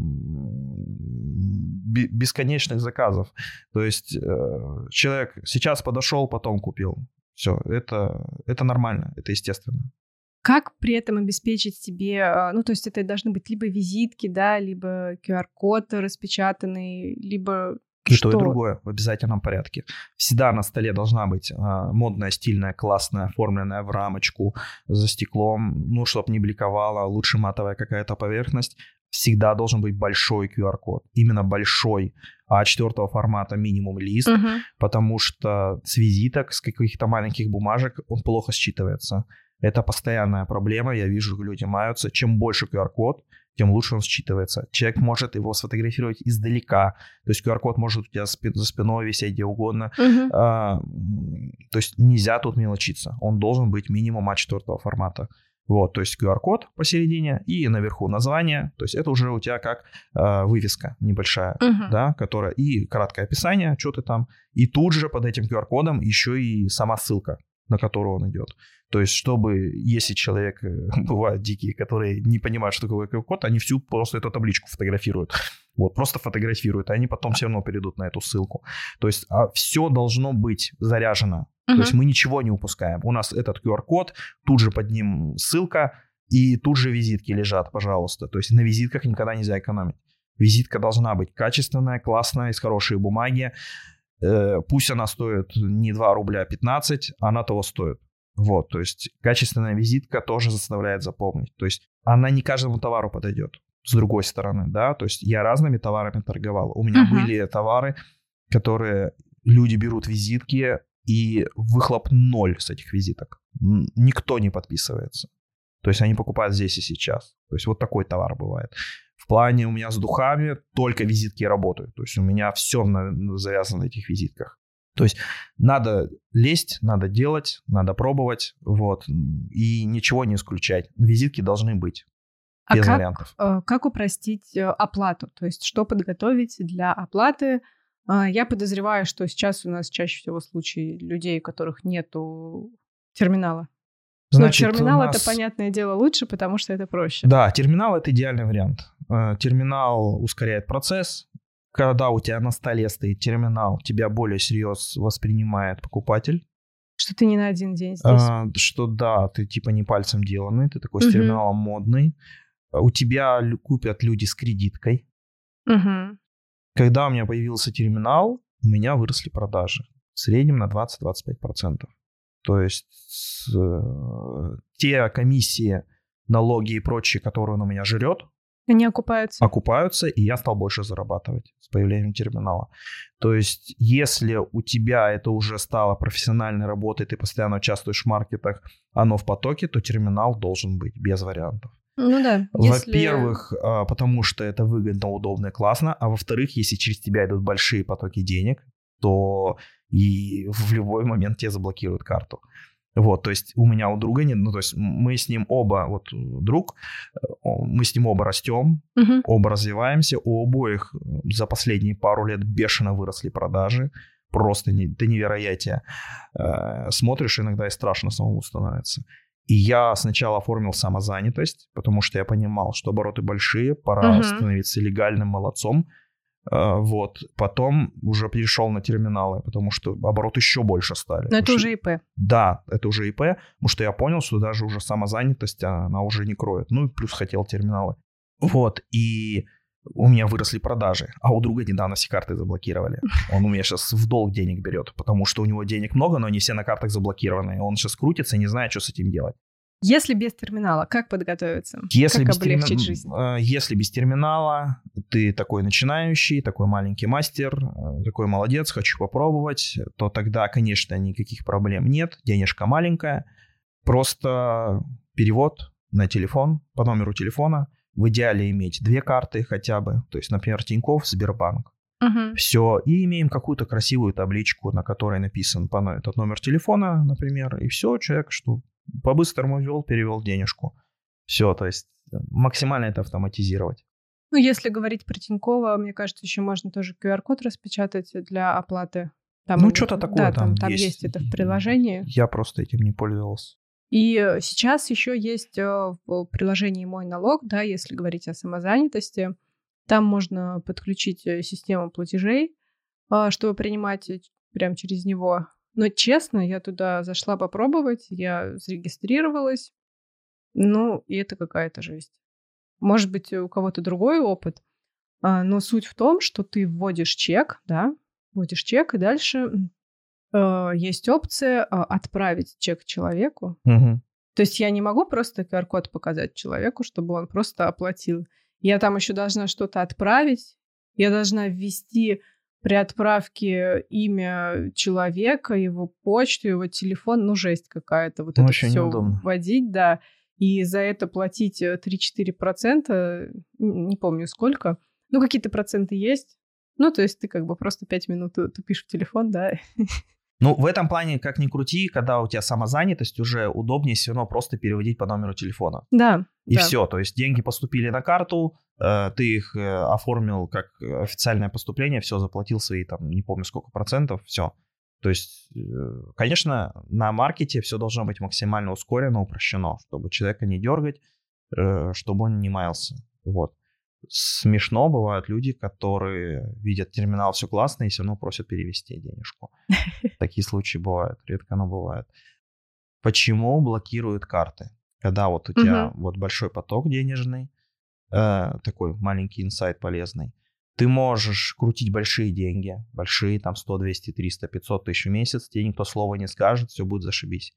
бесконечных заказов. То есть человек сейчас подошел, потом купил. Все. Это, это нормально, это естественно.
Как при этом обеспечить себе, ну, то есть это должны быть либо визитки, да, либо ку ар код распечатанный, либо
и
что?
то, и другое в обязательном порядке. Всегда на столе должна быть а, модная, стильная, классная, оформленная в рамочку, за стеклом, ну, чтобы не бликовала, лучше матовая какая-то поверхность. Всегда должен быть большой ку ар код. Именно большой, а четвертого формата минимум лист,
uh-huh.
потому что с визиток, с каких-то маленьких бумажек он плохо считывается. Это постоянная проблема, я вижу, люди маются. Чем больше ку ар код, тем лучше он считывается. Человек может его сфотографировать издалека. То есть ку ар код может у тебя за спиной висеть где угодно.
Uh-huh.
А, то есть нельзя тут мелочиться. Он должен быть минимум а четвертого формата. Вот, то есть ку ар код посередине и наверху название. То есть это уже у тебя как а, вывеска небольшая,
uh-huh.
да, которая и краткое описание, что ты там. И тут же под этим ку ар кодом еще и сама ссылка, на которую он идет. То есть, чтобы, если человек, бывают дикие, которые не понимают, что такое ку ар код, они всю просто эту табличку фотографируют. Вот, просто фотографируют, и они потом все равно перейдут на эту ссылку. То есть, а все должно быть заряжено. Uh-huh. То есть, мы ничего не упускаем. У нас этот ку ар код, тут же под ним ссылка, и тут же визитки лежат, пожалуйста. То есть, на визитках никогда нельзя экономить. Визитка должна быть качественная, классная, из хорошей бумаги. Пусть она стоит не два рубля, а пятнадцать, она того стоит. Вот, то есть качественная визитка тоже заставляет запомнить. То есть она не каждому товару подойдет, с другой стороны, да. То есть я разными товарами торговал. У меня uh-huh. были товары, которые люди берут визитки, и выхлоп ноль с этих визиток. Никто не подписывается. То есть они покупают здесь и сейчас. То есть вот такой товар бывает. В плане у меня с духами только визитки работают. То есть у меня все завязано на этих визитках. То есть надо лезть, надо делать, надо пробовать, вот, и ничего не исключать. Визитки должны быть, без
а
вариантов.
Как, как упростить оплату? То есть что подготовить для оплаты? Я подозреваю, что сейчас у нас чаще всего случаи людей, у которых нету терминала. Значит, ну, терминал нас... это, понятное дело, лучше, потому что это проще.
Да, терминал — это идеальный вариант. Терминал ускоряет процесс. Когда у тебя на столе стоит терминал, тебя более серьезно воспринимает покупатель.
Что ты не на один день здесь.
А, что да, ты типа не пальцем деланный, ты такой с терминалом модный. У тебя купят люди с кредиткой.
Угу.
Когда у меня появился терминал, у меня выросли продажи. В среднем на двадцать-двадцать пять процентов. То есть э, те комиссии, налоги и прочие, которые он у меня жрет,
они окупаются.
Окупаются, и я стал больше зарабатывать с появлением терминала. То есть, если у тебя это уже стало профессиональной работой, ты постоянно участвуешь в маркетах, оно в потоке, то терминал должен быть без вариантов.
Ну да.
Если... Во-первых, потому что это выгодно, удобно и классно, а во-вторых, если через тебя идут большие потоки денег, то и в любой момент тебе заблокируют карту. Вот, то есть у меня у друга нет, ну то есть мы с ним оба, вот друг, мы с ним оба растем, uh-huh. оба развиваемся, у обоих за последние пару лет бешено выросли продажи, просто не, это невероятие. Э, смотришь, иногда и страшно самому становится. И я сначала оформил самозанятость, потому что я понимал, что обороты большие, пора uh-huh. становиться легальным молодцом. Вот. Потом уже перешел на терминалы, потому что обороты еще больше стали.
Но это
что...
уже ИП.
Да, это уже ИП, потому что я понял, что даже уже самозанятость, она уже не кроет. Ну и плюс хотел терминалы. Вот, и у меня выросли продажи, а у друга недавно все карты заблокировали. Он у меня сейчас в долг денег берет, потому что у него денег много, но они все на картах заблокированы. И он сейчас крутится и не знает, что с этим делать.
Если без терминала, как подготовиться?
Если
как
без
облегчить
терми...
жизнь?
Если без терминала, ты такой начинающий, такой маленький мастер, такой молодец, хочу попробовать, то тогда, конечно, никаких проблем нет, денежка маленькая, просто перевод на телефон, по номеру телефона, в идеале иметь две карты хотя бы, то есть, например, Тинькофф, Сбербанк.
Угу.
Все, и имеем какую-то красивую табличку, на которой написан этот номер телефона, например, и все, человек, что по-быстрому ввел, перевел денежку. Все, то есть максимально это автоматизировать.
Ну, если говорить про Тинькова, мне кажется, еще можно тоже ку ар-код распечатать для оплаты. Там,
ну, что-то такое
да, там,
там,
там есть. есть это в приложении.
Я просто этим не пользовался.
И сейчас еще есть в приложении «Мой налог», да, если говорить о самозанятости, там можно подключить систему платежей, чтобы принимать прямо через него. Но, честно, я туда зашла попробовать, я зарегистрировалась, ну, и это какая-то жесть. Может быть, у кого-то другой опыт, но суть в том, что ты вводишь чек, да, вводишь чек, и дальше э, есть опция отправить чек человеку.
Угу.
То есть я не могу просто ку ар-код показать человеку, чтобы он просто оплатил. Я там еще должна что-то отправить, я должна ввести... при отправке имя человека, его почту, его телефон, ну, жесть какая-то. Вот
Очень
это все
неудобно.
вводить, да. И за это платить три-четыре процента, не помню сколько. Ну, какие-то проценты есть. Ну, то есть ты как бы просто пять минут тупишь в телефон, да.
Ну, в этом плане, как ни крути, когда у тебя самозанятость, уже удобнее все равно просто переводить по номеру телефона.
Да.
И
да.
все, то есть деньги поступили на карту, э, ты их э, оформил как официальное поступление, все, заплатил свои, там, не помню сколько процентов, все. То есть, э, конечно, на маркете все должно быть максимально ускорено, упрощено, чтобы человека не дергать, э, чтобы он не маялся. Вот. Смешно бывают люди, которые видят терминал, все классно, и все равно просят перевести денежку. Такие случаи бывают, редко, но бывает. Почему блокируют карты? Когда вот у тебя uh-huh. вот большой поток денежный, э, такой маленький инсайт полезный, ты можешь крутить большие деньги, большие, там сто, двести, триста, пятьсот тысяч в месяц, тебе никто слова не скажет, все будет зашибись.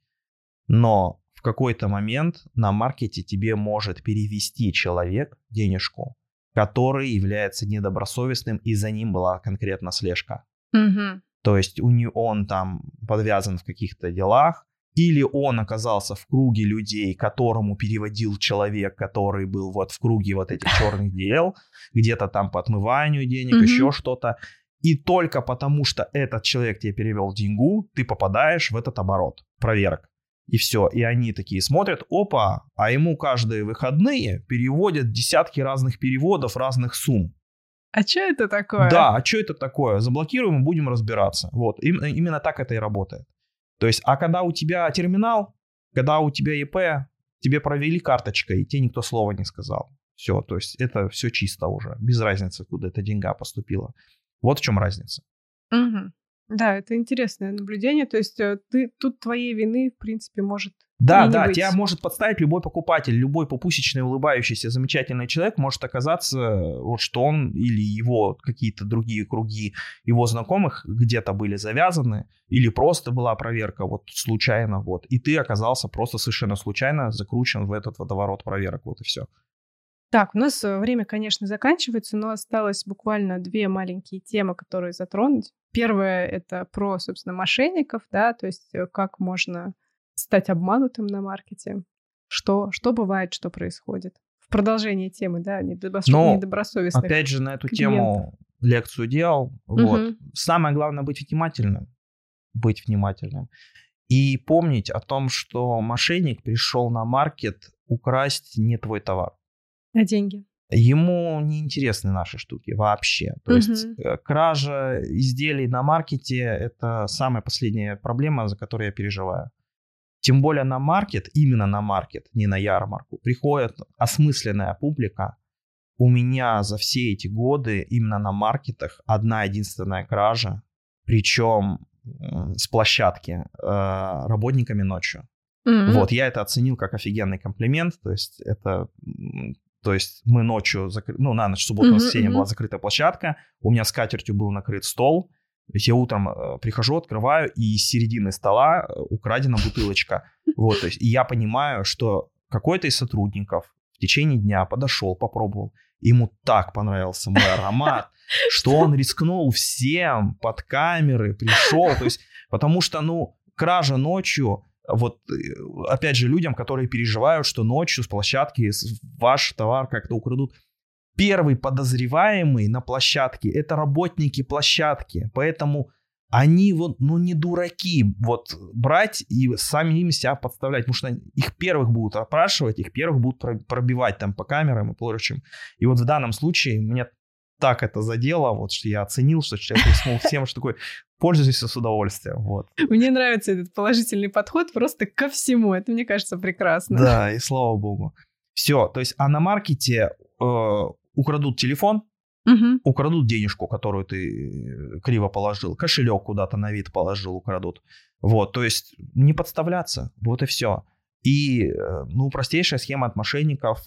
Но в какой-то момент на маркете тебе может перевести человек денежку, который является недобросовестным, и за ним была конкретно слежка.
Uh-huh.
То есть у него он там подвязан в каких-то делах, или он оказался в круге людей, которому переводил человек, который был вот в круге вот этих черных дел, где-то там по отмыванию денег, mm-hmm. еще что-то. И только потому, что этот человек тебе перевел деньгу, ты попадаешь в этот оборот проверок. И все. И они такие смотрят, опа, а ему каждые выходные переводят десятки разных переводов разных сумм.
А что это такое?
Да, а что это такое? Заблокируем и будем разбираться. Вот. И, именно так это и работает. То есть, а когда у тебя терминал, когда у тебя ИП, тебе провели карточкой, и тебе никто слова не сказал. Все, то есть это все чисто уже. Без разницы, куда эта деньга поступила. Вот в чем разница.
Угу. Да, это интересное наблюдение. То есть ты, тут твоей вины, в принципе, может
Да,
и не
да,
быть.
тебя может подставить любой покупатель, любой попусечный, улыбающийся, замечательный человек может оказаться, вот что он или его какие-то другие круги его знакомых где-то были завязаны, или просто была проверка вот случайно, вот, и ты оказался просто совершенно случайно закручен в этот водоворот проверок, вот и все.
Так, у нас время, конечно, заканчивается, но осталось буквально две маленькие темы, которые затронуть. Первое — это про, собственно, мошенников, да, то есть как можно стать обманутым на маркете, что, что бывает, что происходит. В продолжении темы, да, недоброс...
Но,
недобросовестных
опять же, на эту
клиентов.
тему лекцию делал,
Угу.
вот. Самое главное — быть внимательным, быть внимательным. И помнить о том, что мошенник пришел на маркет украсть не твой товар.
А деньги?
Ему не интересны наши штуки вообще. То
Мгм.
есть кража изделий на маркете — это самая последняя проблема, за которую я переживаю. Тем более на маркет, именно на маркет, не на ярмарку, приходит осмысленная публика. У меня за все эти годы именно на маркетах одна единственная кража, причем с площадки, работниками ночью.
Мгм.
Вот, я это оценил как офигенный комплимент, то есть это... То есть мы ночью, закры... ну, на ночь, субботу,
Мгм,
воскресенье
мгм.
была закрытая площадка, у меня скатертью был накрыт стол, то есть я утром э, прихожу, открываю, и из середины стола э, украдена бутылочка. Вот, то есть и я понимаю, что какой-то из сотрудников в течение дня подошел, попробовал, ему так понравился мой аромат, что он рискнул всем под камеры, пришел, то есть, потому что, ну, кража ночью... Вот, опять же, людям, которые переживают, что ночью с площадки ваш товар как-то украдут. Первый подозреваемый на площадке — это работники площадки. Поэтому они вот, ну, не дураки вот брать и сами им себя подставлять. Потому что их первых будут опрашивать, их первых будут пробивать там по камерам и прочим. И вот в данном случае мне так это задело, вот, что я оценил, что человек рискнул всем, что такой... Пользуйся с удовольствием. Вот.
Мне нравится этот положительный подход просто ко всему. Это, мне кажется, прекрасно.
Да, и слава богу. Все, то есть, а на маркете э, украдут телефон,
Угу.
украдут денежку, которую ты криво положил, кошелек куда-то на вид положил, украдут. Вот, то есть, не подставляться, вот и все. И, ну, простейшая схема от мошенников,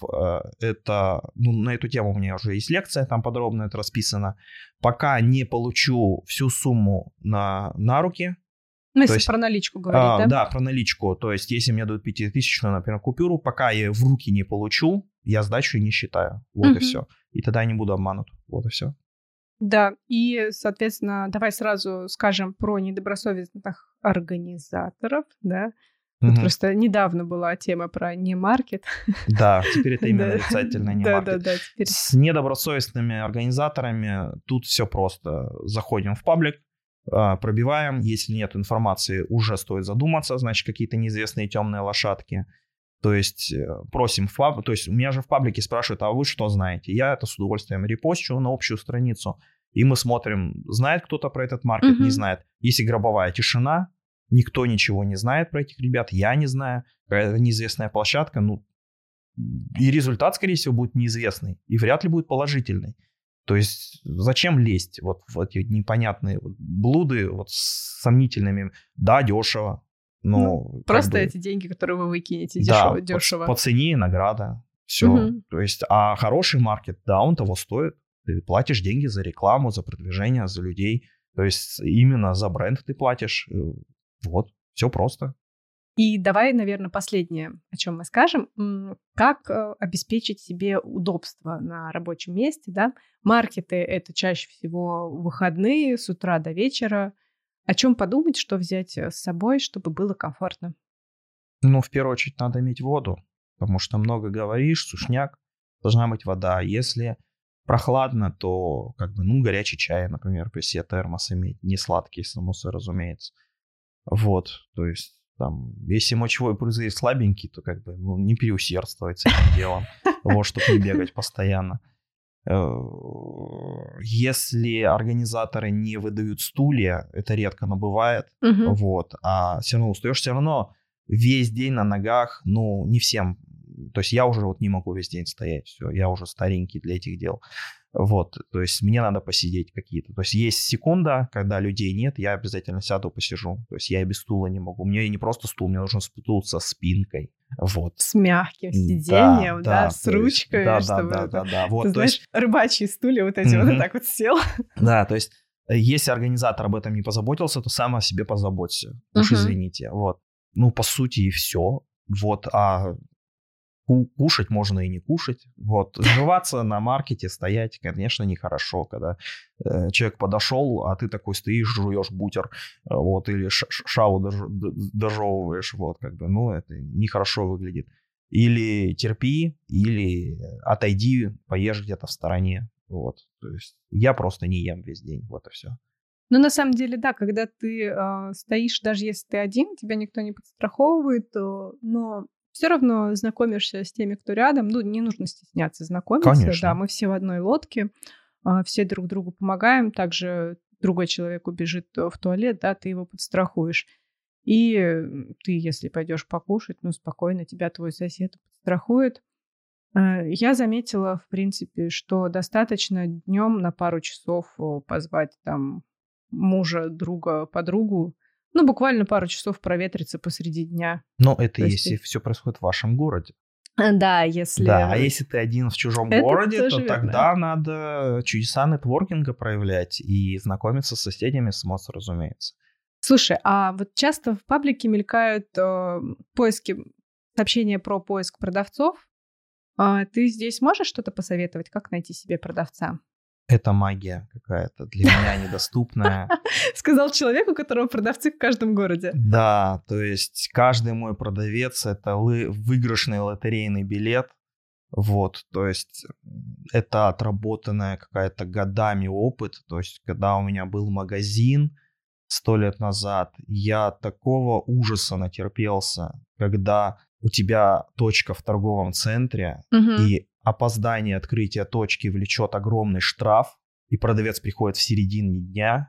это, ну, на эту тему у меня уже есть лекция, там подробно это расписано. Пока не получу всю сумму на, на руки.
Ну, если
есть,
про наличку говорить,
а,
да?
Да, про наличку. То есть, если мне дают пятитысячную, например, купюру, пока я в руки не получу, я сдачу не считаю. Вот
Мгм.
и все. И тогда я не буду обманут. Вот и все.
Да, и, соответственно, давай сразу скажем про недобросовестных организаторов, да. Тут
Мгм.
просто недавно была тема про не-маркет.
Да, теперь это именно
Да.
нарицательное не
Да,
маркет.
да, да, теперь.
С недобросовестными организаторами тут все просто. Заходим в паблик, а, пробиваем. Если нет информации, уже стоит задуматься. Значит, какие-то неизвестные темные лошадки. То есть э, просим в паблик. То есть у меня же в паблике спрашивают, а вы что знаете? Я это с удовольствием репощу на общую страницу. И мы смотрим, знает кто-то про этот маркет,
Мгм.
не знает. Если гробовая тишина, никто ничего не знает про этих ребят, я не знаю. Какая-то неизвестная площадка, ну, и результат, скорее всего, будет неизвестный. И вряд ли будет положительный. То есть зачем лезть вот в эти непонятные вот блуды вот с сомнительными? Да, дешево. Но
Ну,
как
Просто
бы,
эти деньги, которые вы выкинете,
да,
дешево.
по-
дешево.
По, цене и награда. Все.
Мгм.
То есть, а хороший маркет, да, он того стоит. Ты платишь деньги за рекламу, за продвижение, за людей. То есть именно за бренд ты платишь. Вот, все просто.
И давай, наверное, последнее, о чем мы скажем. М, Как э, обеспечить себе удобство на рабочем месте, да? Маркеты — это чаще всего выходные с утра до вечера. О чем подумать, что взять э, с собой, чтобы было комфортно?
Ну, в первую очередь, надо иметь воду, потому что много говоришь, сушняк, должна быть вода. Если прохладно, то как бы, ну, горячий чай, например, при себе термос иметь, не сладкий, само собой, разумеется. Вот, то есть, там, если мочевой пузырь слабенький, то как бы, ну, не переусердствовать с этим делом, вот, чтобы не бегать постоянно. Если организаторы не выдают стулья, это редко, но бывает,
Мгм.
вот, а все равно устаешь, все равно весь день на ногах, ну, не всем То есть я уже вот не могу весь день стоять, все, я уже старенький для этих дел. Вот, то есть мне надо посидеть какие-то. То есть есть секунда, когда людей нет, я обязательно сяду, посижу. То есть я и без стула не могу. Мне не просто стул, мне нужен стул со спинкой. Вот.
С мягким сиденьем, да, да, с ручкой.
Да,
чтобы
да, да, да, да. Вот,
ты знаешь,
есть...
рыбачьи стулья вот эти, mm-hmm. вот так вот сел.
Да, то есть если организатор об этом не позаботился, то сам о себе позаботься. Уж uh-huh. извините. Вот. Ну, по сути, и все. Вот. А кушать можно и не кушать. Вот. Сживаться на маркете, стоять, конечно, нехорошо, когда э, человек подошел, а ты такой стоишь, жуешь бутер, вот, или ш- шаву дож- дожевываешь, вот, как бы, ну, это нехорошо выглядит. Или терпи, или отойди, поешь где-то в стороне. Вот, то есть я просто не ем весь день, вот и все.
Ну, на самом деле, да, когда ты э, стоишь, даже если ты один, тебя никто не подстраховывает, то, но все равно знакомишься с теми, кто рядом. Ну, не нужно стесняться знакомиться.
Конечно.
Да, мы все в одной лодке, э, все друг другу помогаем. Также другой человек убежит в туалет, да, ты его подстрахуешь. И ты, если пойдешь покушать, ну, спокойно, тебя твой сосед подстрахует. Я заметила, в принципе, что достаточно днем на пару часов позвать там мужа, друга, подругу, ну, буквально пару часов проветриться посреди дня.
Но это
То
если
есть...
все происходит в вашем городе.
Да, если...
Да, а если ты один в чужом
это
городе, то
верно.
тогда надо чудеса нетворкинга проявлять и знакомиться с соседями, само собой, разумеется.
Слушай, а вот часто в паблике мелькают э, поиски, сообщения про поиск продавцов. А ты здесь можешь что-то посоветовать, как найти себе продавца?
Это магия какая-то, для меня недоступная.
Сказал человек, у которого продавцы в каждом городе.
Да, то есть каждый мой продавец — это выигрышный лотерейный билет. Вот, то есть это отработанная какая-то годами опыт. То есть когда у меня был магазин сто лет назад, я такого ужаса натерпелся, когда у тебя точка в торговом центре,
угу.
и опоздание открытия точки влечет огромный штраф, и продавец приходит в середине дня.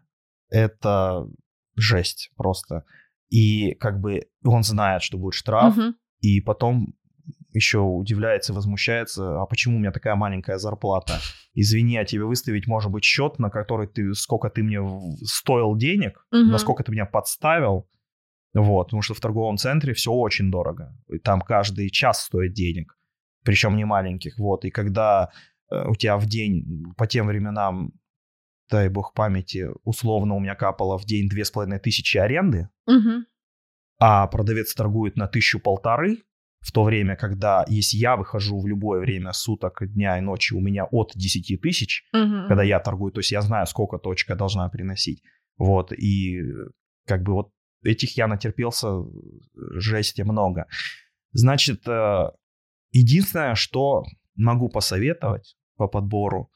Это жесть просто. И как бы он знает, что будет штраф,
угу.
и потом еще удивляется, возмущается, а почему у меня такая маленькая зарплата? Извини, а тебе выставить, может быть, счет, на который ты, сколько ты мне стоил денег,
угу.
насколько ты меня подставил. Вот, потому что в торговом центре все очень дорого. И там каждый час стоит денег, причем не маленьких. Вот, и когда э, у тебя в день, по тем временам, дай бог памяти, условно у меня капало в день две с половиной тысячи аренды,
угу.
а продавец торгует на тысячу-полторы, в то время, когда, если я выхожу в любое время суток, дня и ночи, у меня от десяти тысяч,
угу.
когда я торгую, то есть я знаю, сколько точка должна приносить. Вот, и как бы вот этих я натерпелся, жести много. Значит, единственное, что могу посоветовать по подбору,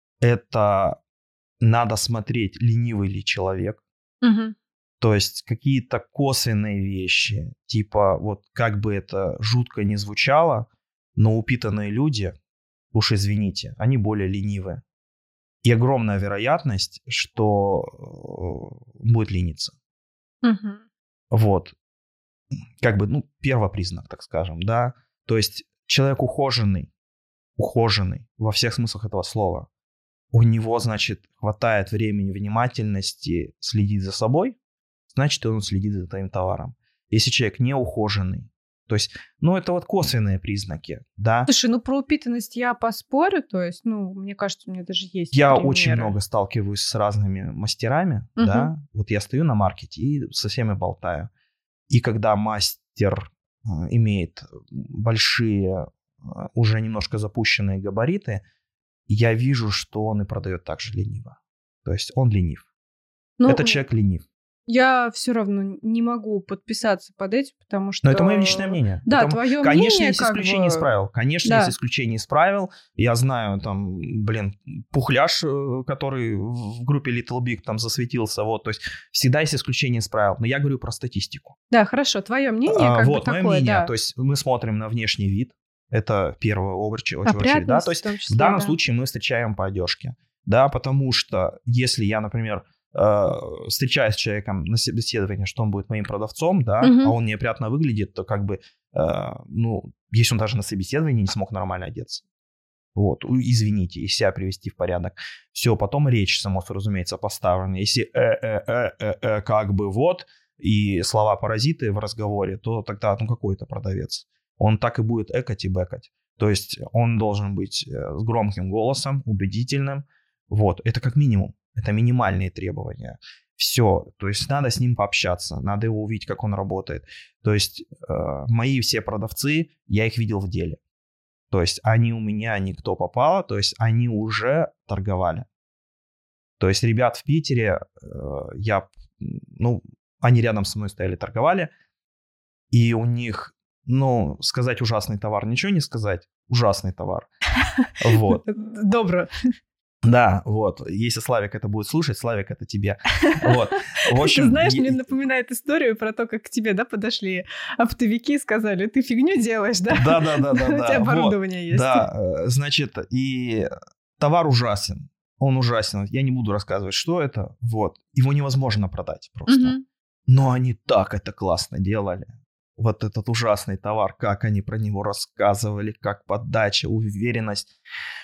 это надо смотреть, ленивый ли человек.
Угу.
То есть какие-то косвенные вещи, типа вот как бы это жутко не звучало, но упитанные люди, уж извините, они более ленивые. И огромная вероятность, что будет лениться.
Угу.
Вот. Как бы, ну, первопризнак, так скажем, да. То есть человек ухоженный, ухоженный во всех смыслах этого слова. У него, значит, хватает времени, внимательности следить за собой, значит, он следит за твоим товаром. Если человек не ухоженный, то есть, ну, это вот косвенные признаки, да.
Слушай, ну, про упитанность я поспорю, то есть, ну, мне кажется, у меня даже есть
Я
примеры.
очень много сталкиваюсь с разными мастерами,
угу.
да. Вот я стою на маркете и со всеми болтаю. И когда мастер э, имеет большие, э, уже немножко запущенные габариты, я вижу, что он и продает так же лениво. То есть он ленив.
Ну,
Этот человек ленив.
Я все равно не могу подписаться под этим, потому что...
Но это мое личное мнение.
Да,
это...
твое
Конечно,
мнение...
Конечно, есть
как
исключение
бы...
из правил. Конечно,
да.
есть исключение из правил. Я знаю, там, блин, Пухляш, который в группе Little Big там засветился. Вот, то есть всегда есть исключение из правил. Но я говорю про статистику.
Да, хорошо. Твое мнение
а,
как
вот,
бы
мое
такое,
мнение.
Да.
То есть мы смотрим на внешний вид. Это первое очередь, очередь, да. То есть в,
числе,
в данном
да.
случае мы встречаем по одежке. Да, потому что если я, например, встречаюсь с человеком на собеседовании, что он будет моим продавцом, да,
угу.
а он неопрятно выглядит, то как бы, э, ну, Если он даже на собеседовании не смог нормально одеться. Вот, извините, и себя привести в порядок. Все, потом речь, само разумеется, поставлена. Если э-э-э-э-э, как бы вот, и слова-паразиты в разговоре, то тогда, ну, какой это продавец? Он так и будет экать и бэкать. То есть он должен быть с громким голосом, убедительным. Вот, это как минимум. Это минимальные требования. Все, то есть надо с ним пообщаться, надо его увидеть, как он работает. То есть э, мои все продавцы, я их видел в деле. То есть они у меня никто попало, то есть они уже торговали. То есть ребят в Питере, э, я, ну, они рядом со мной стояли, торговали, и у них, ну, сказать ужасный товар, ничего не сказать, ужасный товар. Вот.
Добро.
Да, вот. Если Славик это будет слушать, Славик, это тебе. Вот. В общем,
ты знаешь,
я...
мне напоминает историю про то, как к тебе, да, подошли оптовики и сказали, ты фигню делаешь, да?
Да, да, да, да.
У тебя оборудование есть.
Да, значит, и товар ужасен. Он ужасен. Я не буду рассказывать, что это. Вот. Его невозможно продать просто. Но они так это классно делали. Вот этот ужасный товар, как они про него рассказывали, как подача, уверенность.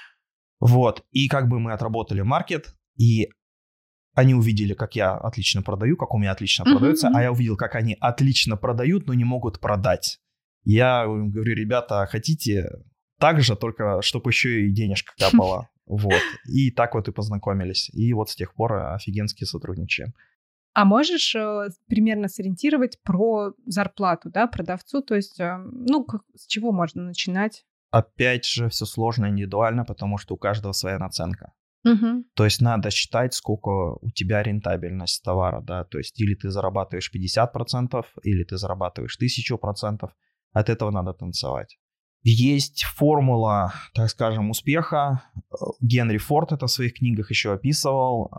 Вот, и как бы мы отработали маркет, и они увидели, как я отлично продаю, как у меня отлично uh-huh, продается, uh-huh. а я увидел, как они отлично продают, но не могут продать. Я говорю, ребята, хотите так же, только чтобы еще и денежка капала. Вот, и так вот и познакомились. И вот с тех пор офигенски сотрудничаем.
А можешь э, примерно сориентировать про зарплату, да, продавцу? То есть, э, ну, как, с чего можно начинать?
Опять же, все сложно и индивидуально, потому что у каждого своя наценка.
Угу.
То есть надо считать, сколько у тебя рентабельность товара, да, то есть или ты зарабатываешь пятьдесят процентов, или ты зарабатываешь тысячу процентов, от этого надо танцевать. Есть формула, так скажем, успеха. Генри Форд это в своих книгах еще описывал.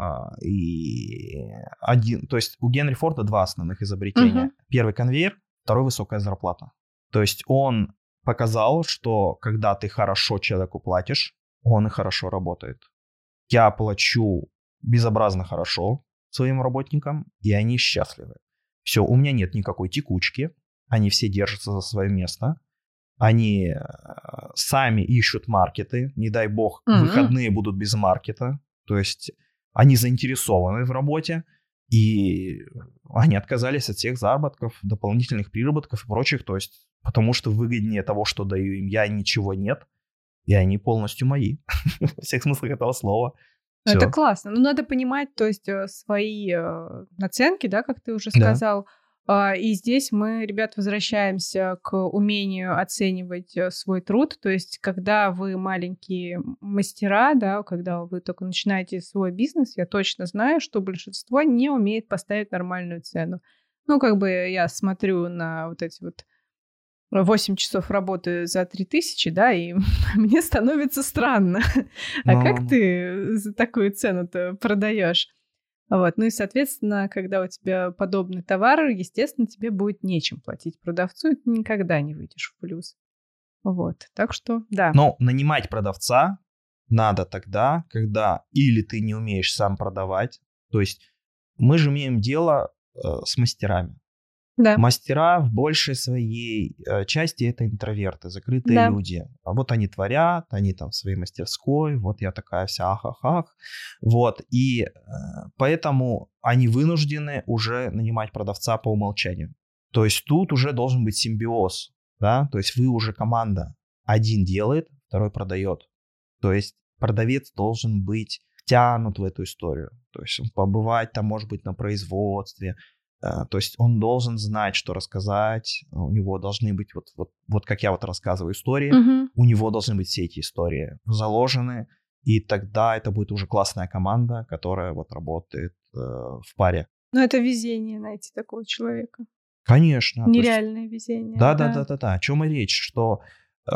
И один, то есть у Генри Форда два основных изобретения. Uh-huh. Первый конвейер, второй высокая зарплата. То есть он показал, что когда ты хорошо человеку платишь, он и хорошо работает. Я плачу безобразно хорошо своим работникам, и они счастливы. Все, у меня нет никакой текучки, они все держатся за свое место. Они сами ищут маркеты, не дай бог, mm-hmm. выходные будут без маркета. То есть они заинтересованы в работе, и они отказались от всех заработков, дополнительных приработков и прочих. То есть потому что выгоднее того, что даю им я, ничего нет, и они полностью мои. Во всех смыслах этого слова.
Всё. Это классно. Ну, надо понимать, то есть свои наценки, да, как ты уже сказал. Да. И здесь мы, ребят, возвращаемся к умению оценивать свой труд. То есть, когда вы маленькие мастера, да, когда вы только начинаете свой бизнес, я точно знаю, что большинство не умеет поставить нормальную цену. Ну, как бы я смотрю на вот эти вот восемь часов работы за три тысячи, да, и мне становится странно. А Но... как ты за такую цену-то продаешь? Вот. Ну и, соответственно, когда у тебя подобный товар, естественно, тебе будет нечем платить продавцу, и ты никогда не выйдешь в плюс. Вот. Так что, да.
Но нанимать продавца надо тогда, когда или ты не умеешь сам продавать, то есть мы же имеем дело э, с мастерами.
Да.
Мастера в большей своей э, части это интроверты, закрытые да. люди. А вот они творят, они там в своей мастерской, вот я такая вся ах-ах-ах. Вот, и э, поэтому они вынуждены уже нанимать продавца по умолчанию. То есть тут уже должен быть симбиоз, да, то есть вы уже команда. Один делает, второй продает. То есть продавец должен быть втянут в эту историю. То есть побывать там, может быть, на производстве. То есть он должен знать, что рассказать, у него должны быть, вот, вот, вот как я вот рассказываю истории, uh-huh. у него должны быть все эти истории заложены, и тогда это будет уже классная команда, которая вот работает э, в паре.
Ну это везение найти такого человека.
Конечно.
Нереальное есть, везение.
Да-да-да-да-да. О чем и речь, что э,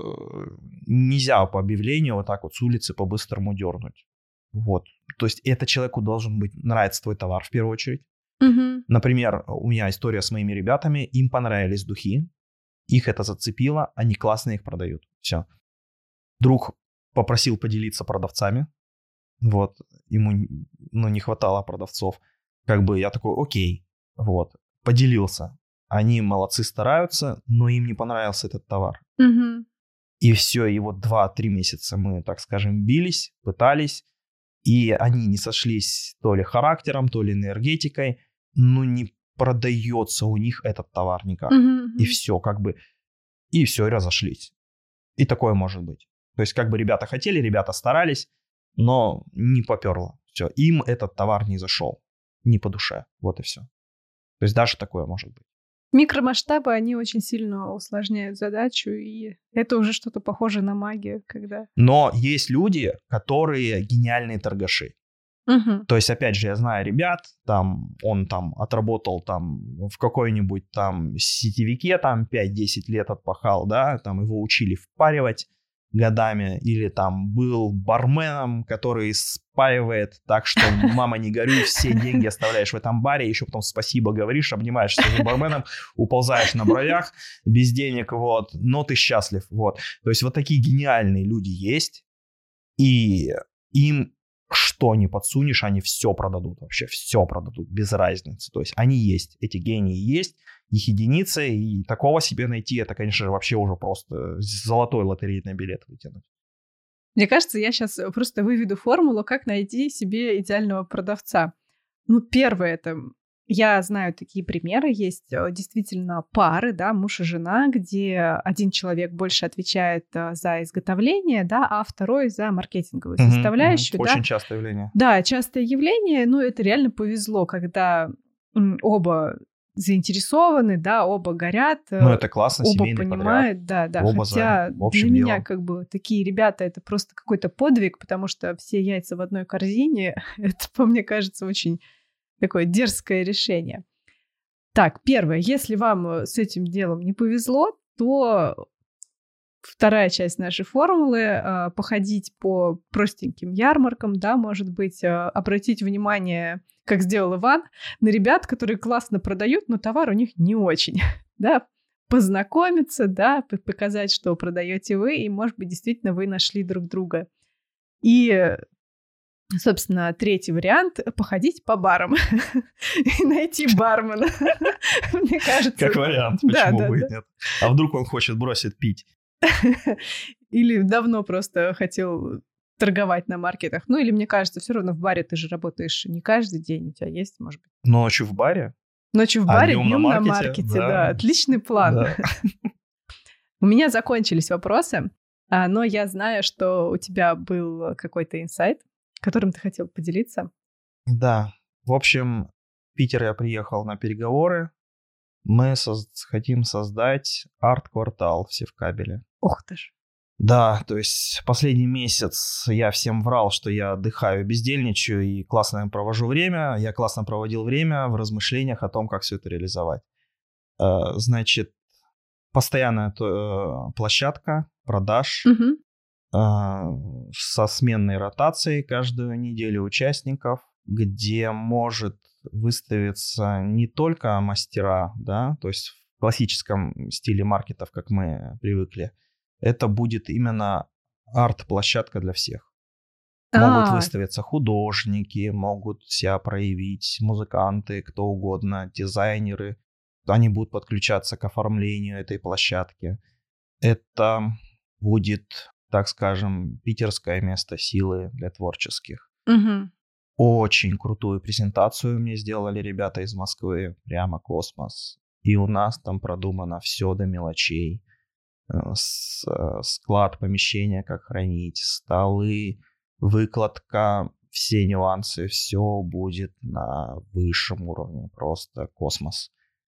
нельзя по объявлению вот так вот с улицы по-быстрому дернуть. Вот. То есть это человеку должен быть нравится твой товар в первую очередь.
Uh-huh.
Например, у меня история с моими ребятами, им понравились духи, их это зацепило, они классно их продают. Все. Друг попросил поделиться продавцами, вот, ему ну, не хватало продавцов, как бы я такой, окей, вот, поделился. они молодцы, стараются, но им не понравился этот товар.
Угу.
И все, и вот два-три месяца мы, так скажем, бились, пытались, и они не сошлись то ли характером, то ли энергетикой, но не продается у них этот товар никак.
Угу.
И все, как бы, и все, и разошлись. И такое может быть. То есть, как бы ребята хотели, ребята старались, но не поперло. Все, им этот товар не зашел, не по душе, вот и все. То есть даже такое может быть.
Микромасштабы, они очень сильно усложняют задачу, и это уже что-то похожее на магию, когда...
Но есть люди, которые гениальные торгаши.
Угу.
То есть, опять же, я знаю ребят, там, он там отработал там в какой-нибудь там сетевике, там пять-десять лет отпахал, да, там его учили впаривать годами, или там был барменом, который спаивает так, что мама не горюй, все деньги оставляешь в этом баре, еще потом спасибо говоришь, обнимаешься с барменом, уползаешь на бровях, без денег, вот, но ты счастлив, вот. То есть вот такие гениальные люди есть, и им что не подсунешь, они все продадут, вообще все продадут, без разницы. То есть они есть, эти гении есть, их единицы, и такого себе найти, это, конечно же, вообще уже просто золотой лотерейный билет вытянуть.
Мне кажется, я сейчас просто выведу формулу, как найти себе идеального продавца. Ну, первое, это... Я знаю, такие примеры есть, действительно, пары, да, муж и жена, где один человек больше отвечает за изготовление, да, а второй за маркетинговую
Угу,
составляющую.
угу.
Да.
Очень частое явление.
Да, частое явление, но это реально повезло, когда м, оба заинтересованы, да, оба горят,
Ну, это классно,
оба
семейный
понимают,
подряд.
да, да.
Оба
Хотя
за общим
для меня
делом.
как бы такие ребята это просто какой-то подвиг, потому что все яйца в одной корзине, это, по мне кажется, очень такое дерзкое решение. Так, первое, если вам с этим делом не повезло, то вторая часть нашей формулы э, — походить по простеньким ярмаркам, да, может быть, э, обратить внимание, как сделал Иван, на ребят, которые классно продают, но товар у них не очень, да, познакомиться, да, показать, что продаете вы, и, может быть, действительно вы нашли друг друга. И, собственно, третий вариант — походить по барам и найти бармена. Мне кажется...
Как вариант, почему бы и нет. А вдруг он хочет бросить пить?
Или давно просто хотел торговать на маркетах. Ну, или, мне кажется, все равно в баре ты же работаешь не каждый день. У тебя есть, может быть...
Ночью в баре?
Ночью в
А
баре,
днем
днем
на
на
маркете?
маркете, да.
Да.
Отличный план.
Да.
У меня закончились вопросы, но я знаю, что у тебя был какой-то инсайт, которым ты хотел поделиться.
Да. В общем, в Питер я приехал на переговоры. Мы соз- хотим создать арт-квартал в Севкабеле.
Ух ты ж.
Да, то есть последний месяц я всем врал, что я отдыхаю, бездельничаю и классно провожу время. Я классно проводил время в размышлениях о том, как все это реализовать. Э, Значит, постоянная то- э, площадка продаж
Мгм.
э, со сменной ротацией каждую неделю участников, где может выставиться не только мастера, да, то есть в классическом стиле маркетов, как мы привыкли. Это будет именно арт-площадка для всех. Могут
А,
выставиться художники, могут себя проявить, музыканты, кто угодно, дизайнеры. Они будут подключаться к оформлению этой площадки. Это будет, так скажем, питерское место силы для творческих.
мгм.
Очень крутую презентацию мне сделали ребята из Москвы, прямо космос. И у нас там продумано все до мелочей. Э, с- э, Склад помещения, как хранить, столы, выкладка, все нюансы, все будет на высшем уровне, просто космос.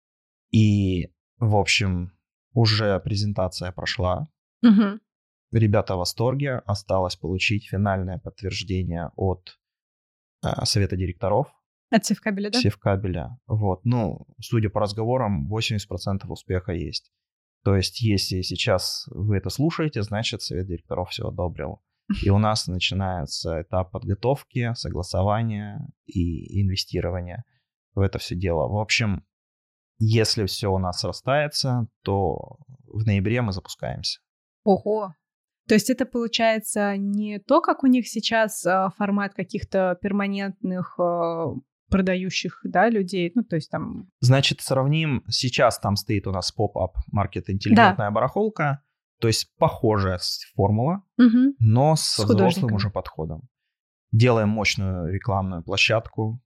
И, в общем, уже презентация прошла.
Мгм.
Ребята в восторге. Осталось получить финальное подтверждение от э, совета директоров
От Севкабеля, да?
Севкабеля. Вот. Ну, судя по разговорам, восемьдесят процентов успеха есть. То есть, если сейчас вы это слушаете, значит, совет директоров все одобрил. И у нас начинается этап подготовки, согласования и инвестирования в это все дело. В общем, если все у нас срастается, то в ноябре мы запускаемся.
Ого. То есть это получается не то, как у них сейчас а, формат каких-то перманентных а, продающих, да, людей, ну, то есть там...
Значит, сравним, сейчас там стоит у нас поп-ап маркет интеллигентная да. барахолка, то есть похожая формула, угу. но с, с взрослым уже подходом. Делаем мощную рекламную площадку,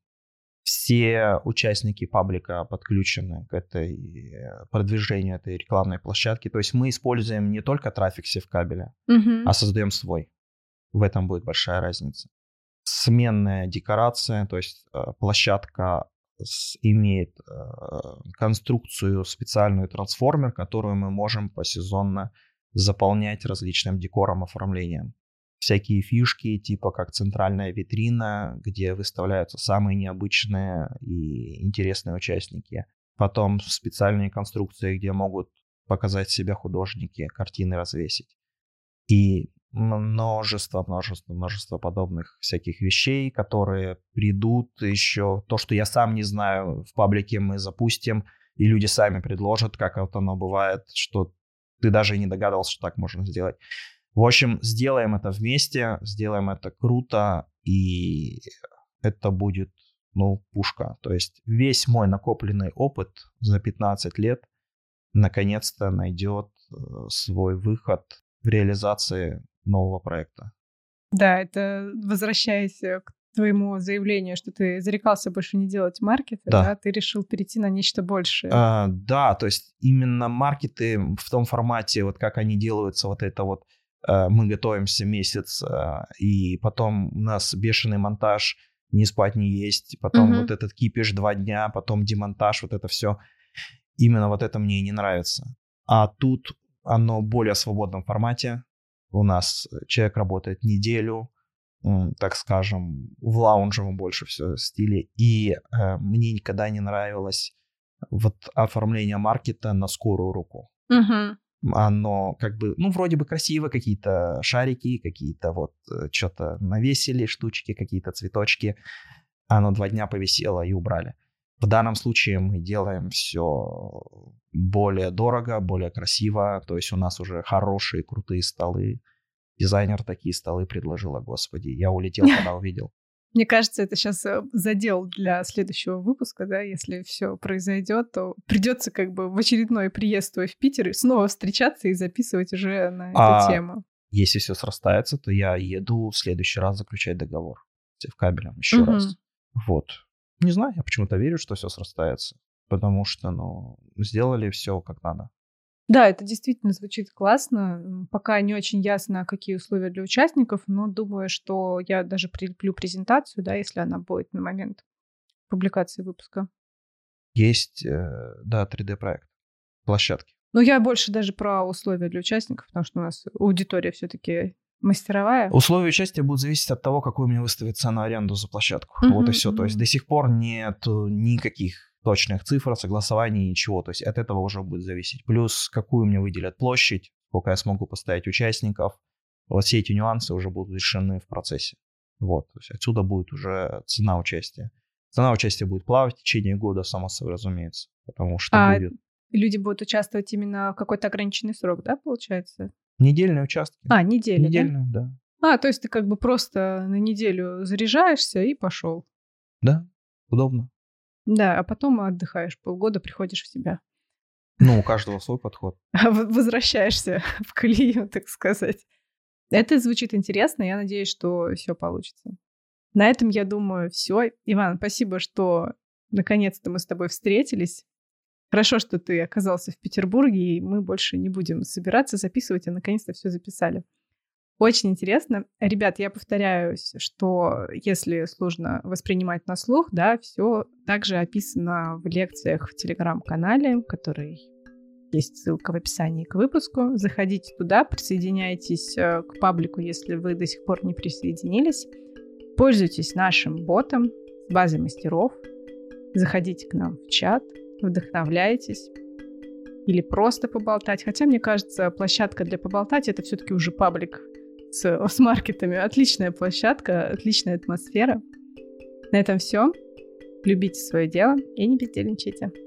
все участники паблика подключены к этой продвижению этой рекламной площадки, то есть мы используем не только трафик севкабеля, угу. а создаем свой. В этом будет большая разница. Сменная декорация, то есть э, площадка с, имеет э, конструкцию специальную трансформер, которую мы можем посезонно заполнять различным декором, оформлением. Всякие фишки, типа как центральная витрина, где выставляются самые необычные и интересные участники. Потом специальные конструкции, где могут показать себя художники, картины развесить. И множество, множество, множество подобных всяких вещей, которые придут еще. То, что я сам не знаю, в паблике мы запустим, и люди сами предложат, как это оно бывает, что ты даже и не догадывался, что так можно сделать. В общем, сделаем это вместе, сделаем это круто, и это будет, ну, пушка. То есть весь мой накопленный опыт за пятнадцать лет наконец-то найдет свой выход в реализации нового проекта.
Да, это возвращаясь к твоему заявлению, что ты зарекался больше не делать маркеты, да, да ты решил перейти на нечто большее.
А, да, то есть именно маркеты в том формате, вот как они делаются, вот это вот мы готовимся месяц, и потом у нас бешеный монтаж, не спать, не есть, потом угу. вот этот кипиш два дня, потом демонтаж, вот это все. Именно вот это мне и не нравится. А тут оно в более свободном формате. У нас человек работает неделю, так скажем, в лаунжевом больше все стиле. И э, мне никогда не нравилось вот оформление маркета на скорую руку.
Угу.
Оно как бы, ну, вроде бы красиво, какие-то шарики, какие-то вот что-то навесили, штучки, какие-то цветочки. Оно два дня повисело и убрали. В данном случае мы делаем все более дорого, более красиво. То есть у нас уже хорошие, крутые столы. Дизайнер такие столы предложила, господи. Я улетел, когда увидел.
Мне кажется, это сейчас задел для следующего выпуска, да, если все произойдет, то придется как бы в очередной приезд твой в Питер снова встречаться и записывать уже на эту а тему.
Если все срастается, то я еду в следующий раз заключать договор с кабелем еще угу. раз. Вот. Не знаю, я почему-то верю, что все срастается, потому что, ну, сделали все как надо.
Да, это действительно звучит классно. Пока не очень ясно, какие условия для участников, но думаю, что я даже прилеплю презентацию, да, если она будет на момент публикации выпуска.
Есть, да, три дэ-проект, площадки.
Ну, я больше даже про условия для участников, потому что у нас аудитория все-таки мастеровая.
Условия участия будут зависеть от того, какую мне выставит цену аренду за площадку. Mm-hmm, вот и все. Mm-hmm. То есть до сих пор нет никаких точных цифр, согласований, ничего. То есть от этого уже будет зависеть. Плюс, какую мне выделят площадь, сколько я смогу поставить участников. Вот все эти нюансы уже будут решены в процессе. Вот. То есть отсюда будет уже цена участия. Цена участия будет плавать в течение года, само собой разумеется. Потому что
а
будет...
люди будут участвовать именно в какой-то ограниченный срок, да, получается?
Недельные участки.
А, неделя,
Недельные, да?
да. А, то есть ты как бы просто на неделю заряжаешься и пошел.
Да, удобно.
Да, а потом отдыхаешь полгода, приходишь в себя.
Ну, у каждого свой подход.
Возвращаешься в колею, так сказать. Это звучит интересно, я надеюсь, что все получится. На этом, я думаю, все. Иван, спасибо, что наконец-то мы с тобой встретились. Хорошо, что ты оказался в Петербурге, и мы больше не будем собираться, записывать, а наконец-то все записали. Очень интересно. Ребят, я повторяюсь, что если сложно воспринимать на слух, да, все также описано в лекциях в Телеграм-канале, который есть ссылка в описании к выпуску. Заходите туда, присоединяйтесь к паблику, если вы до сих пор не присоединились. Пользуйтесь нашим ботом с базой мастеров. Заходите к нам в чат, вдохновляйтесь. Или просто поболтать. Хотя, мне кажется, площадка для поболтать — это все-таки уже паблик с, с маркетами. Отличная площадка, отличная атмосфера. На этом все. Любите свое дело и не бездельничайте.